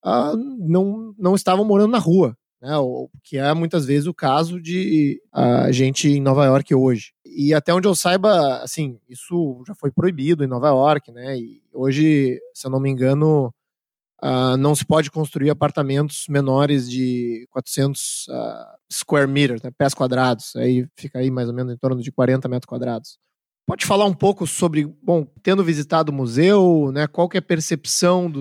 não estavam morando na rua, né, que é muitas vezes o caso de gente em Nova York hoje. E até onde eu saiba, assim, isso já foi proibido em Nova York, né? E hoje, se eu não me engano, não se pode construir apartamentos menores de 400 square meters, né, pés quadrados. Aí fica aí mais ou menos em torno de 40 metros quadrados. Pode falar um pouco sobre, bom, tendo visitado o museu, né, qual que é a percepção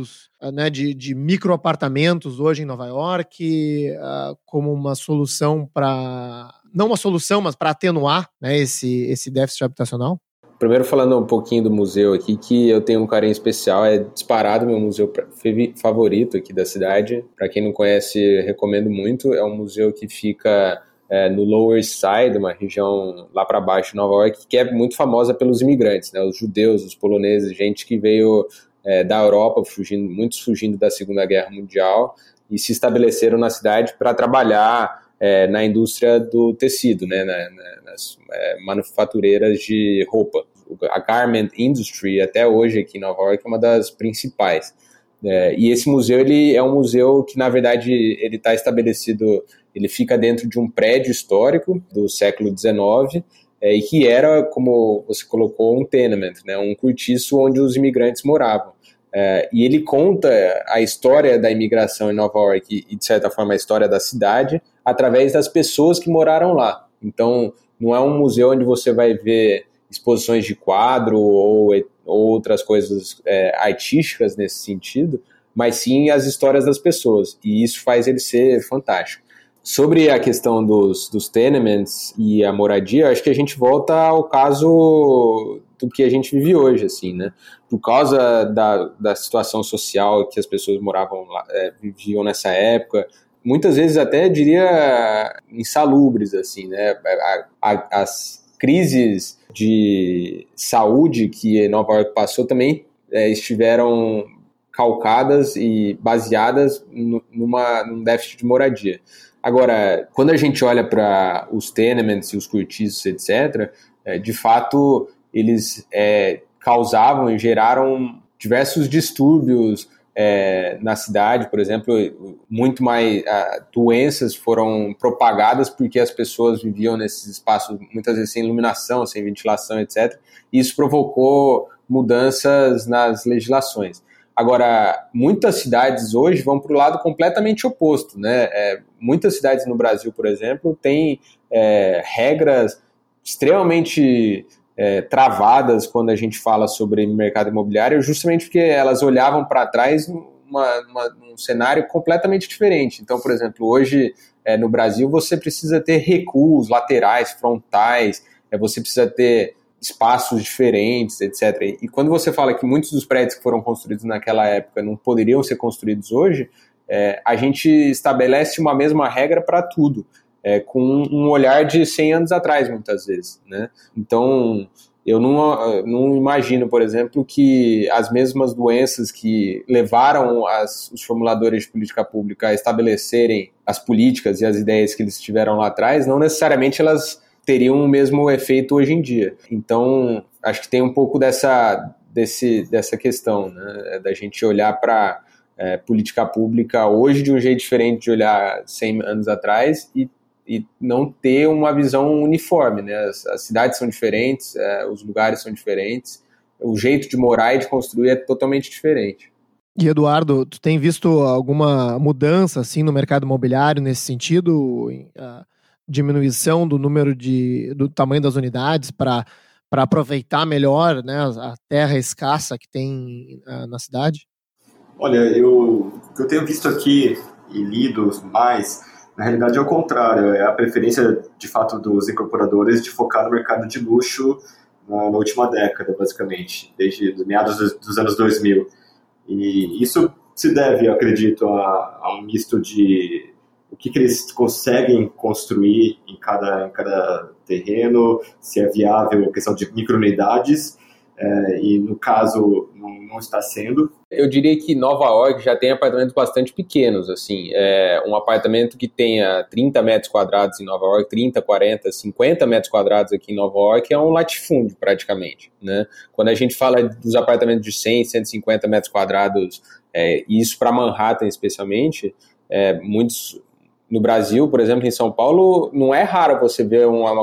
de microapartamentos hoje em Nova York, como uma solução para, não uma solução, mas para atenuar, né, esse déficit habitacional? Primeiro, falando um pouquinho do museu aqui, que eu tenho um carinho especial, é disparado meu museu favorito aqui da cidade. Para quem não conhece, recomendo muito. É um museu que fica no Lower East Side, uma região lá para baixo de Nova York, que é muito famosa pelos imigrantes, né? Os judeus, os poloneses, gente que veio da Europa, muitos fugindo da Segunda Guerra Mundial, e se estabeleceram na cidade para trabalhar na indústria do tecido, né? Nas manufatureiras de roupa. A garment industry, até hoje aqui em Nova York, é uma das principais. E esse museu, ele é um museu que, na verdade, ele está estabelecido, ele fica dentro de um prédio histórico do século XIX, e que era, como você colocou, um tenement, né, um cortiço onde os imigrantes moravam. E ele conta a história da imigração em Nova York e, de certa forma, a história da cidade através das pessoas que moraram lá. Então, não é um museu onde você vai ver exposições de quadro ou outras coisas artísticas nesse sentido, mas sim as histórias das pessoas, e isso faz ele ser fantástico. Sobre a questão dos tenements e a moradia, acho que a gente volta ao caso do que a gente vive hoje, assim, né? Por causa da situação social que as pessoas moravam lá, viviam nessa época, muitas vezes até, diria, insalubres, assim, né? As crises de saúde que Nova York passou também estiveram calcadas e baseadas num déficit de moradia. Agora, quando a gente olha para os tenements e os cortiços, etc., de fato, eles causavam e geraram diversos distúrbios na cidade, por exemplo, muito mais doenças foram propagadas porque as pessoas viviam nesses espaços muitas vezes sem iluminação, sem ventilação, etc. E isso provocou mudanças nas legislações. Agora, muitas cidades hoje vão para o lado completamente oposto, né? Muitas cidades no Brasil, por exemplo, têm regras extremamente travadas quando a gente fala sobre mercado imobiliário, justamente porque elas olhavam para trás num cenário completamente diferente. Então, por exemplo, hoje no Brasil você precisa ter recuos laterais, frontais, você precisa ter espaços diferentes, etc. E quando você fala que muitos dos prédios que foram construídos naquela época não poderiam ser construídos hoje, a gente estabelece uma mesma regra para tudo. Com um olhar de 100 anos atrás, muitas vezes, né? Então, eu não imagino, por exemplo, que as mesmas doenças que levaram os formuladores de política pública a estabelecerem as políticas e as ideias que eles tiveram lá atrás, não necessariamente elas teriam o mesmo efeito hoje em dia. Então, acho que tem um pouco dessa questão, né? Da gente olhar para política pública hoje de um jeito diferente de olhar 100 anos atrás e não ter uma visão uniforme, né? As cidades são diferentes, os lugares são diferentes, o jeito de morar e de construir é totalmente diferente. E, Eduardo, tu tem visto alguma mudança assim, no mercado imobiliário nesse sentido? Diminuição do número do tamanho das unidades para para aproveitar melhor, né, a terra escassa que tem na cidade? Olha, o que eu tenho visto aqui e lido mais, na realidade é o contrário, é a preferência de fato dos incorporadores de focar no mercado de luxo na última década, basicamente, desde os meados dos anos 2000. E isso se deve, eu acredito, a um misto de o que eles conseguem construir em cada terreno, se é viável a questão de microunidades, e no caso não está sendo. Eu diria que Nova York já tem apartamentos bastante pequenos, assim, um apartamento que tenha 30 metros quadrados em Nova York, 30, 40, 50 metros quadrados aqui em Nova York é um latifúndio praticamente, né? Quando a gente fala dos apartamentos de 100, 150 metros quadrados, e isso para Manhattan especialmente, muitos... No Brasil, por exemplo, em São Paulo, não é raro você ver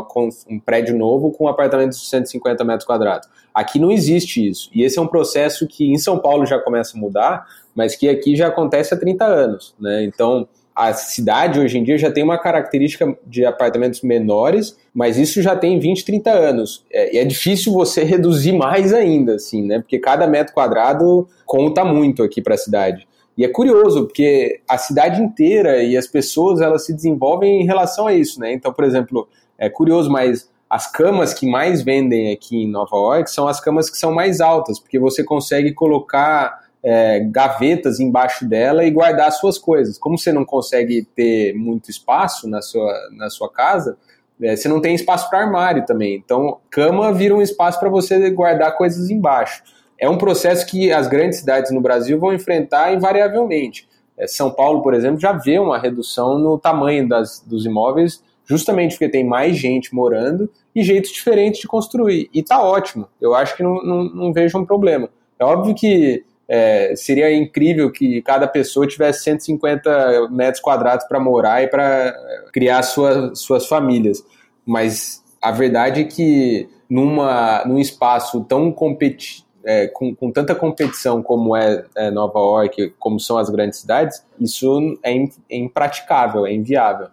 um prédio novo com um apartamento de 150 metros quadrados. Aqui não existe isso. E esse é um processo que em São Paulo já começa a mudar, mas que aqui já acontece há 30 anos, né? Então, a cidade hoje em dia já tem uma característica de apartamentos menores, mas isso já tem 20, 30 anos. E é difícil você reduzir mais ainda, assim, né? Porque cada metro quadrado conta muito aqui para a cidade. E é curioso, porque a cidade inteira e as pessoas, elas se desenvolvem em relação a isso, né? Então, por exemplo, é curioso, mas as camas que mais vendem aqui em Nova York são as camas que são mais altas, porque você consegue colocar gavetas embaixo dela e guardar suas coisas. Como você não consegue ter muito espaço na sua casa, você não tem espaço para armário também. Então, cama vira um espaço para você guardar coisas embaixo. É um processo que as grandes cidades no Brasil vão enfrentar invariavelmente. São Paulo, por exemplo, já vê uma redução no tamanho dos imóveis, justamente porque tem mais gente morando e jeitos diferentes de construir. E tá ótimo. Eu acho que não vejo um problema. É óbvio que seria incrível que cada pessoa tivesse 150 metros quadrados para morar e para criar suas famílias. Mas a verdade é que num espaço tão competitivo, com tanta competição como é Nova York, como são as grandes cidades, isso é impraticável, é inviável.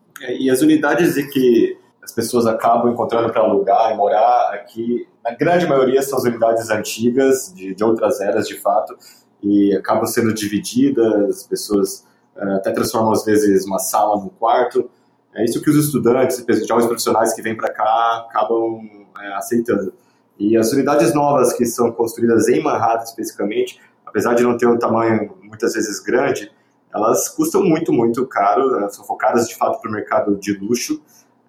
E as unidades em que as pessoas acabam encontrando para alugar e morar aqui, na grande maioria são as unidades antigas, de outras eras de fato, e acabam sendo divididas, as pessoas até transformam às vezes uma sala num quarto. É isso que os estudantes, jovens profissionais que vêm para cá acabam aceitando. E as unidades novas que são construídas em Manhattan especificamente, apesar de não ter um tamanho muitas vezes grande, elas custam muito, muito caro, são focadas de fato para o mercado de luxo,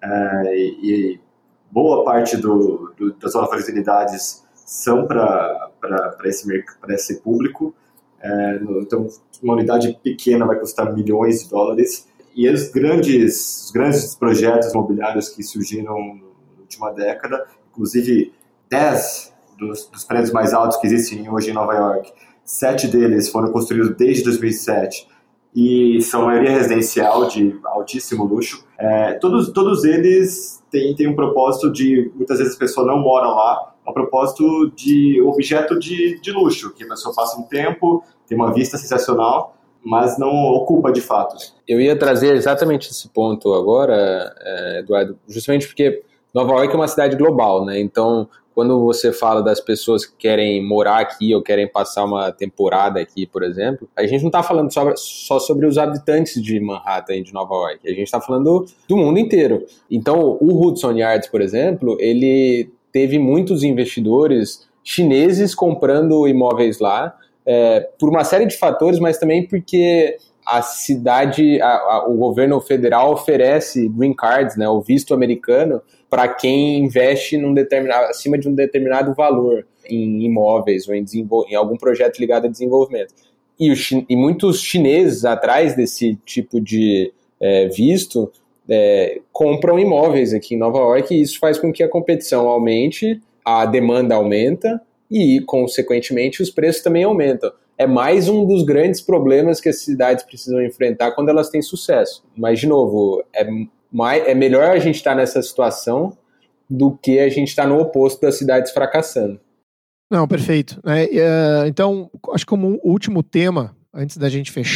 e boa parte das novas unidades são para esse público. Então, uma unidade pequena vai custar milhões de dólares, e os grandes projetos imobiliários que surgiram na última década, inclusive 10 dos prédios mais altos que existem hoje em Nova York, 7 deles foram construídos desde 2007 e são a maioria residencial de altíssimo luxo. Todos eles têm um propósito de, muitas vezes a pessoa não mora lá, é um propósito de objeto de luxo, que a pessoa passa um tempo, tem uma vista sensacional, mas não ocupa de fato. Eu ia trazer exatamente esse ponto agora, Eduardo, justamente porque Nova York é uma cidade global, né? Então, quando você fala das pessoas que querem morar aqui ou querem passar uma temporada aqui, por exemplo, a gente não está falando só sobre os habitantes de Manhattan e de Nova York, a gente está falando do mundo inteiro. Então, o Hudson Yards, por exemplo, ele teve muitos investidores chineses comprando imóveis lá, por uma série de fatores, mas também porque a cidade, o governo federal oferece green cards, né, o visto americano, para quem investe acima de um determinado valor em imóveis ou em algum projeto ligado a desenvolvimento. E muitos chineses, atrás desse tipo de visto, compram imóveis aqui em Nova York, e isso faz com que a competição aumente, a demanda aumenta e, consequentemente, os preços também aumentam. É mais um dos grandes problemas que as cidades precisam enfrentar quando elas têm sucesso. Mas, de novo, é melhor a gente estar nessa situação do que a gente estar no oposto das cidades fracassando. Não, perfeito. Então, acho que como último tema, antes da gente fechar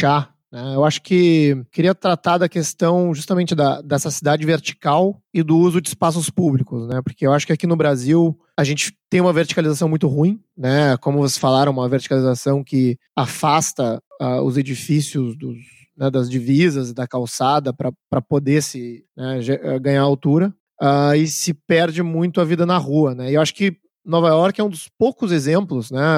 né? Eu acho que queria tratar da questão justamente dessa cidade vertical e do uso de espaços públicos, né? Porque eu acho que aqui no Brasil a gente tem uma verticalização muito ruim, né? Como vocês falaram, uma verticalização que afasta os edifícios das divisas e da calçada para poder ganhar altura, e se perde muito a vida na rua, né? E eu acho que Nova York é um dos poucos exemplos, né,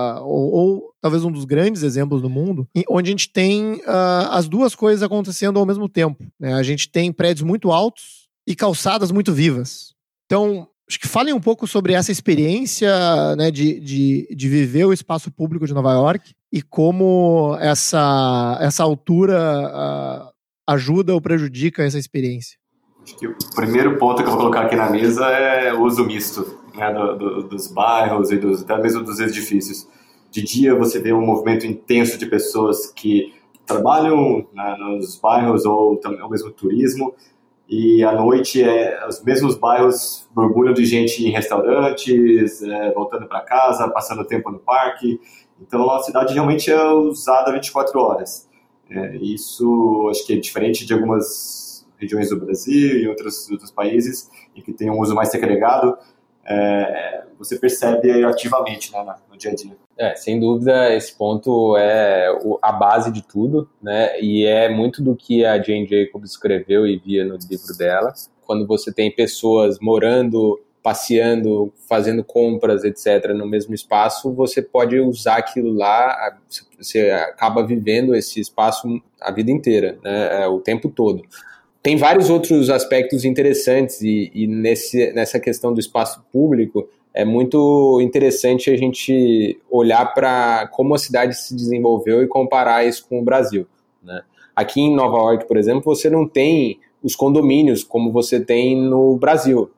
ou talvez um dos grandes exemplos do mundo, onde a gente tem as duas coisas acontecendo ao mesmo tempo, né? A gente tem prédios muito altos e calçadas muito vivas. Então, acho que falem um pouco sobre essa experiência, né, de viver o espaço público de Nova York e como essa altura ajuda ou prejudica essa experiência. Acho que o primeiro ponto que eu vou colocar aqui na mesa é o uso misto, né, dos bairros e até mesmo dos edifícios. De dia você vê um movimento intenso de pessoas que trabalham, né, nos bairros ou também o mesmo turismo, e à noite os mesmos bairros borbulham de gente em restaurantes, voltando para casa, passando tempo no parque. Então a cidade realmente é usada 24 horas. Isso acho que é diferente de algumas regiões do Brasil e outros países em que tem um uso mais segregado. Você percebe ativamente, né, no dia a dia. Sem dúvida, esse ponto é a base de tudo, né? E é muito do que a Jane Jacobs escreveu e via no livro dela. Quando você tem pessoas morando, passeando, fazendo compras, etc., no mesmo espaço, você pode usar aquilo lá, você acaba vivendo esse espaço a vida inteira, né? O tempo todo. Tem vários outros aspectos interessantes e nessa questão do espaço público é muito interessante a gente olhar para como a cidade se desenvolveu e comparar isso com o Brasil, né? Aqui em Nova York, por exemplo, você não tem os condomínios como você tem no Brasil.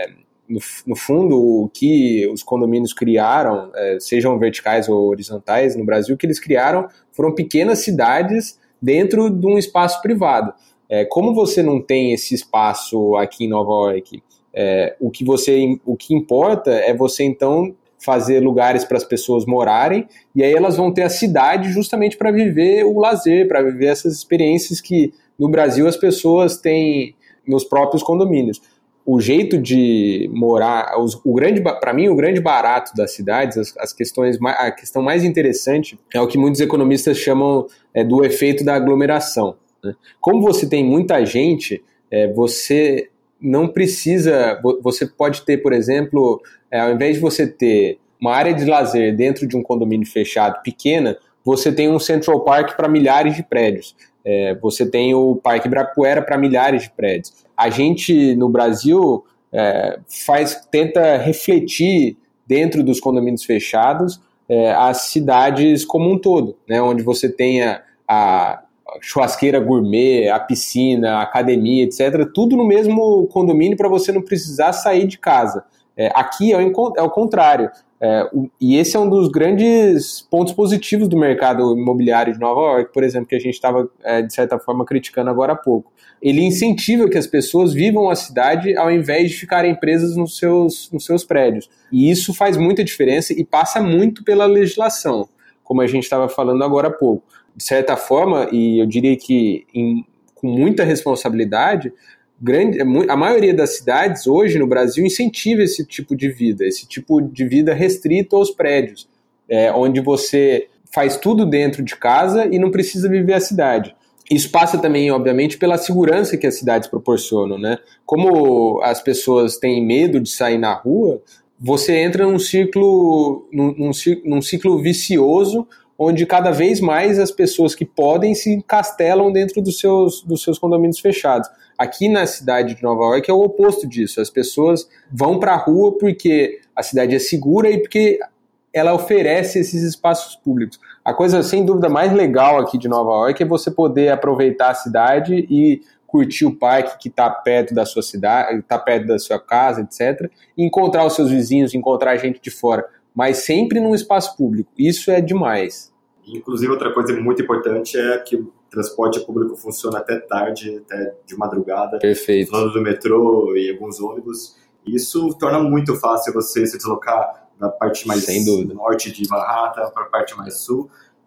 No fundo, o que os condomínios criaram, sejam verticais ou horizontais no Brasil, o que eles criaram foram pequenas cidades dentro de um espaço privado. Como você não tem esse espaço aqui em Nova York, o que importa é você então fazer lugares para as pessoas morarem, e aí elas vão ter a cidade justamente para viver o lazer, para viver essas experiências que no Brasil as pessoas têm nos próprios condomínios. O jeito de morar, para mim o grande barato das cidades, a questão mais interessante é o que muitos economistas chamam do efeito da aglomeração. Como você tem muita gente, você não precisa, você pode ter, por exemplo, ao invés de você ter uma área de lazer dentro de um condomínio fechado pequena, você tem um Central Park para milhares de prédios, você tem o Parque Ibirapuera para milhares de prédios. A gente, no Brasil, tenta refletir dentro dos condomínios fechados as cidades como um todo, né, onde você tenha a churrasqueira gourmet, a piscina, a academia, etc., tudo no mesmo condomínio para você não precisar sair de casa. Aqui é o contrário. E esse é um dos grandes pontos positivos do mercado imobiliário de Nova York, por exemplo, que a gente estava, de certa forma, criticando agora há pouco. Ele incentiva que as pessoas vivam a cidade ao invés de ficarem presas nos seus prédios. E isso faz muita diferença e passa muito pela legislação, como a gente estava falando agora há pouco. De certa forma, e eu diria que com muita responsabilidade, a maioria das cidades hoje no Brasil incentiva esse tipo de vida restrito aos prédios, onde você faz tudo dentro de casa e não precisa viver a cidade. Isso passa também, obviamente, pela segurança que as cidades proporcionam, né? Como as pessoas têm medo de sair na rua, você entra num ciclo vicioso, onde cada vez mais as pessoas que podem se encastelam dentro dos seus condomínios fechados. Aqui na cidade de Nova York é o oposto disso. As pessoas vão para a rua porque a cidade é segura e porque ela oferece esses espaços públicos. A coisa, sem dúvida, mais legal aqui de Nova York é você poder aproveitar a cidade e curtir o parque que está perto da sua cidade, está perto da sua casa, etc. E encontrar os seus vizinhos, encontrar gente de fora, mas sempre num espaço público. Isso é demais. Inclusive, outra coisa muito importante é que o transporte público funciona até tarde, até de madrugada. Perfeito. Falando do metrô e alguns ônibus. Isso torna muito fácil você se deslocar da parte mais norte de Manhattan para a parte mais sul.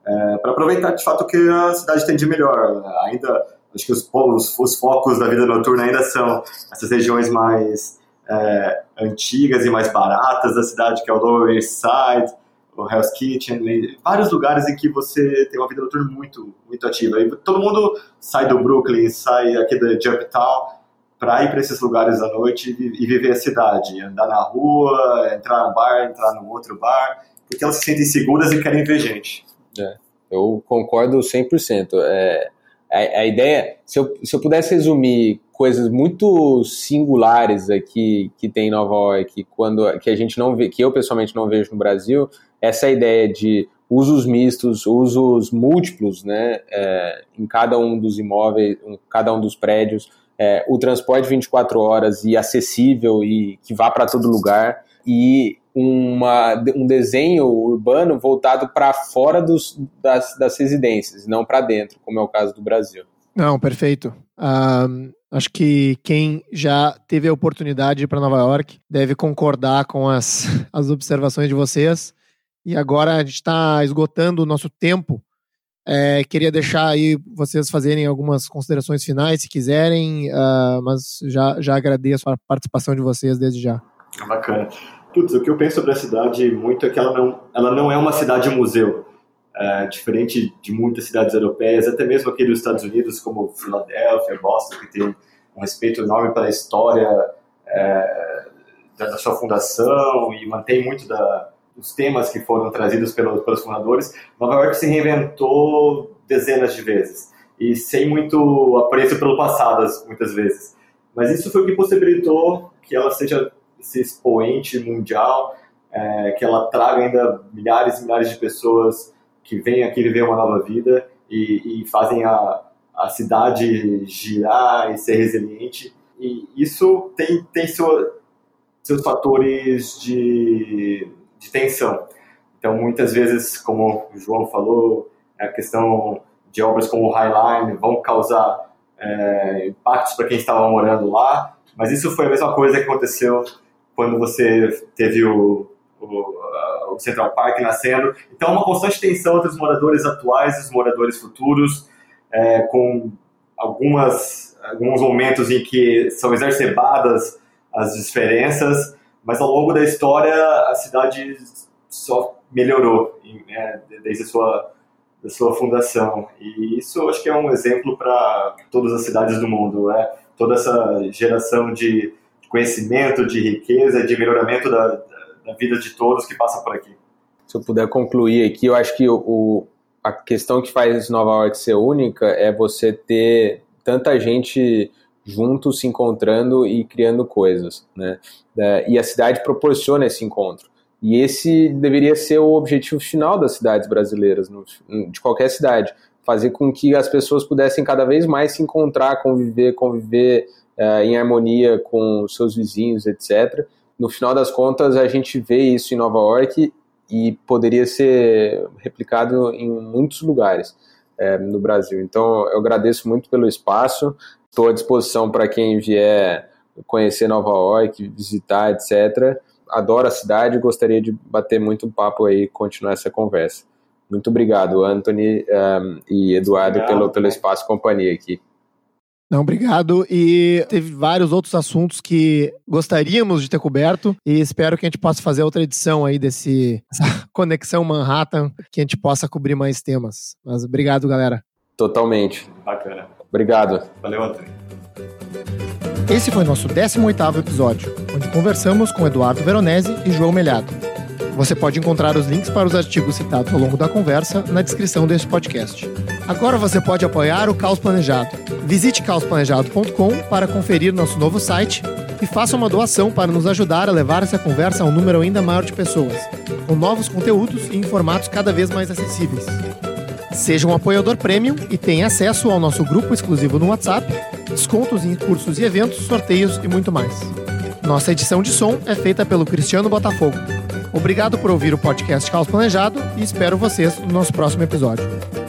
para aproveitar de fato o que a cidade tem de melhor. Ainda acho que os focos da vida noturna ainda são essas regiões mais antigas e mais baratas da cidade, que é o Lower East Side, o Hell's Kitchen, vários lugares em que você tem uma vida noturna muito, muito ativa. E todo mundo sai do Brooklyn, sai aqui de Uptown para ir para esses lugares à noite e viver a cidade, andar na rua, entrar num bar, entrar num outro bar, porque elas se sentem seguras e querem ver gente. Eu concordo 100%. A ideia, se eu pudesse resumir coisas muito singulares aqui que tem em Nova York, que a gente não vê, que eu pessoalmente não vejo no Brasil, essa ideia de usos mistos, usos múltiplos, né, em cada um dos imóveis, em cada um dos prédios, o transporte 24 horas e acessível e que vá para todo lugar, e um desenho urbano voltado para fora das residências, não para dentro, como é o caso do Brasil. Não, perfeito. Acho que quem já teve a oportunidade de ir para Nova York deve concordar com as observações de vocês. E agora a gente está esgotando o nosso tempo. Queria deixar aí vocês fazerem algumas considerações finais, se quiserem, mas já agradeço a participação de vocês desde já. Bacana. O que eu penso sobre a cidade muito é que ela não é uma cidade-museu. Diferente de muitas cidades europeias, até mesmo aqui dos Estados Unidos, como Filadélfia, Boston, que tem um respeito enorme pela história da sua fundação e mantém muito dos temas que foram trazidos pelos fundadores. Nova York se reinventou dezenas de vezes e sem muito apreço pelo passado, muitas vezes. Mas isso foi o que possibilitou que ela seja esse expoente mundial, que ela traga ainda milhares e milhares de pessoas que vêm aqui viver uma nova vida e fazem a cidade girar e ser resiliente. E isso tem seus fatores de tensão. Então, muitas vezes, como o João falou, a questão de obras como o High Line vão causar impactos para quem estava morando lá, mas isso foi a mesma coisa que aconteceu quando você teve o Central Park nascendo. Então, uma constante tensão entre os moradores atuais e os moradores futuros, com alguns momentos em que são exacerbadas as diferenças, mas ao longo da história a cidade só melhorou, desde a sua fundação. E isso acho que é um exemplo para todas as cidades do mundo. Toda essa geração de conhecimento, de riqueza, de melhoramento da vida de todos que passam por aqui. Se eu puder concluir aqui, eu acho que a questão que faz Nova York ser única é você ter tanta gente junto, se encontrando e criando coisas, né? E a cidade proporciona esse encontro. E esse deveria ser o objetivo final das cidades brasileiras, de qualquer cidade. Fazer com que as pessoas pudessem cada vez mais se encontrar, conviver em harmonia com seus vizinhos, etc. No final das contas, a gente vê isso em Nova York e poderia ser replicado em muitos lugares no Brasil. Então, eu agradeço muito pelo espaço, estou à disposição para quem vier conhecer Nova York, visitar, etc. Adoro a cidade e gostaria de bater muito um papo aí e continuar essa conversa. Muito obrigado, Anthony e Eduardo, pelo espaço e companhia aqui. Não, obrigado. E teve vários outros assuntos que gostaríamos de ter coberto e espero que a gente possa fazer outra edição aí dessa Conexão Manhattan, que a gente possa cobrir mais temas. Mas obrigado, galera. Totalmente. Bacana. Obrigado. Valeu, Antônio. Esse foi nosso 18º episódio, onde conversamos com Eduardo Veronese e João Melhado. Você pode encontrar os links para os artigos citados ao longo da conversa na descrição deste podcast. Agora você pode apoiar o Caos Planejado. Visite caosplanejado.com para conferir nosso novo site e faça uma doação para nos ajudar a levar essa conversa a um número ainda maior de pessoas, com novos conteúdos e em formatos cada vez mais acessíveis. Seja um apoiador premium e tenha acesso ao nosso grupo exclusivo no WhatsApp, descontos em cursos e eventos, sorteios e muito mais. Nossa edição de som é feita pelo Cristiano Botafogo. Obrigado por ouvir o podcast Caos Planejado e espero vocês no nosso próximo episódio.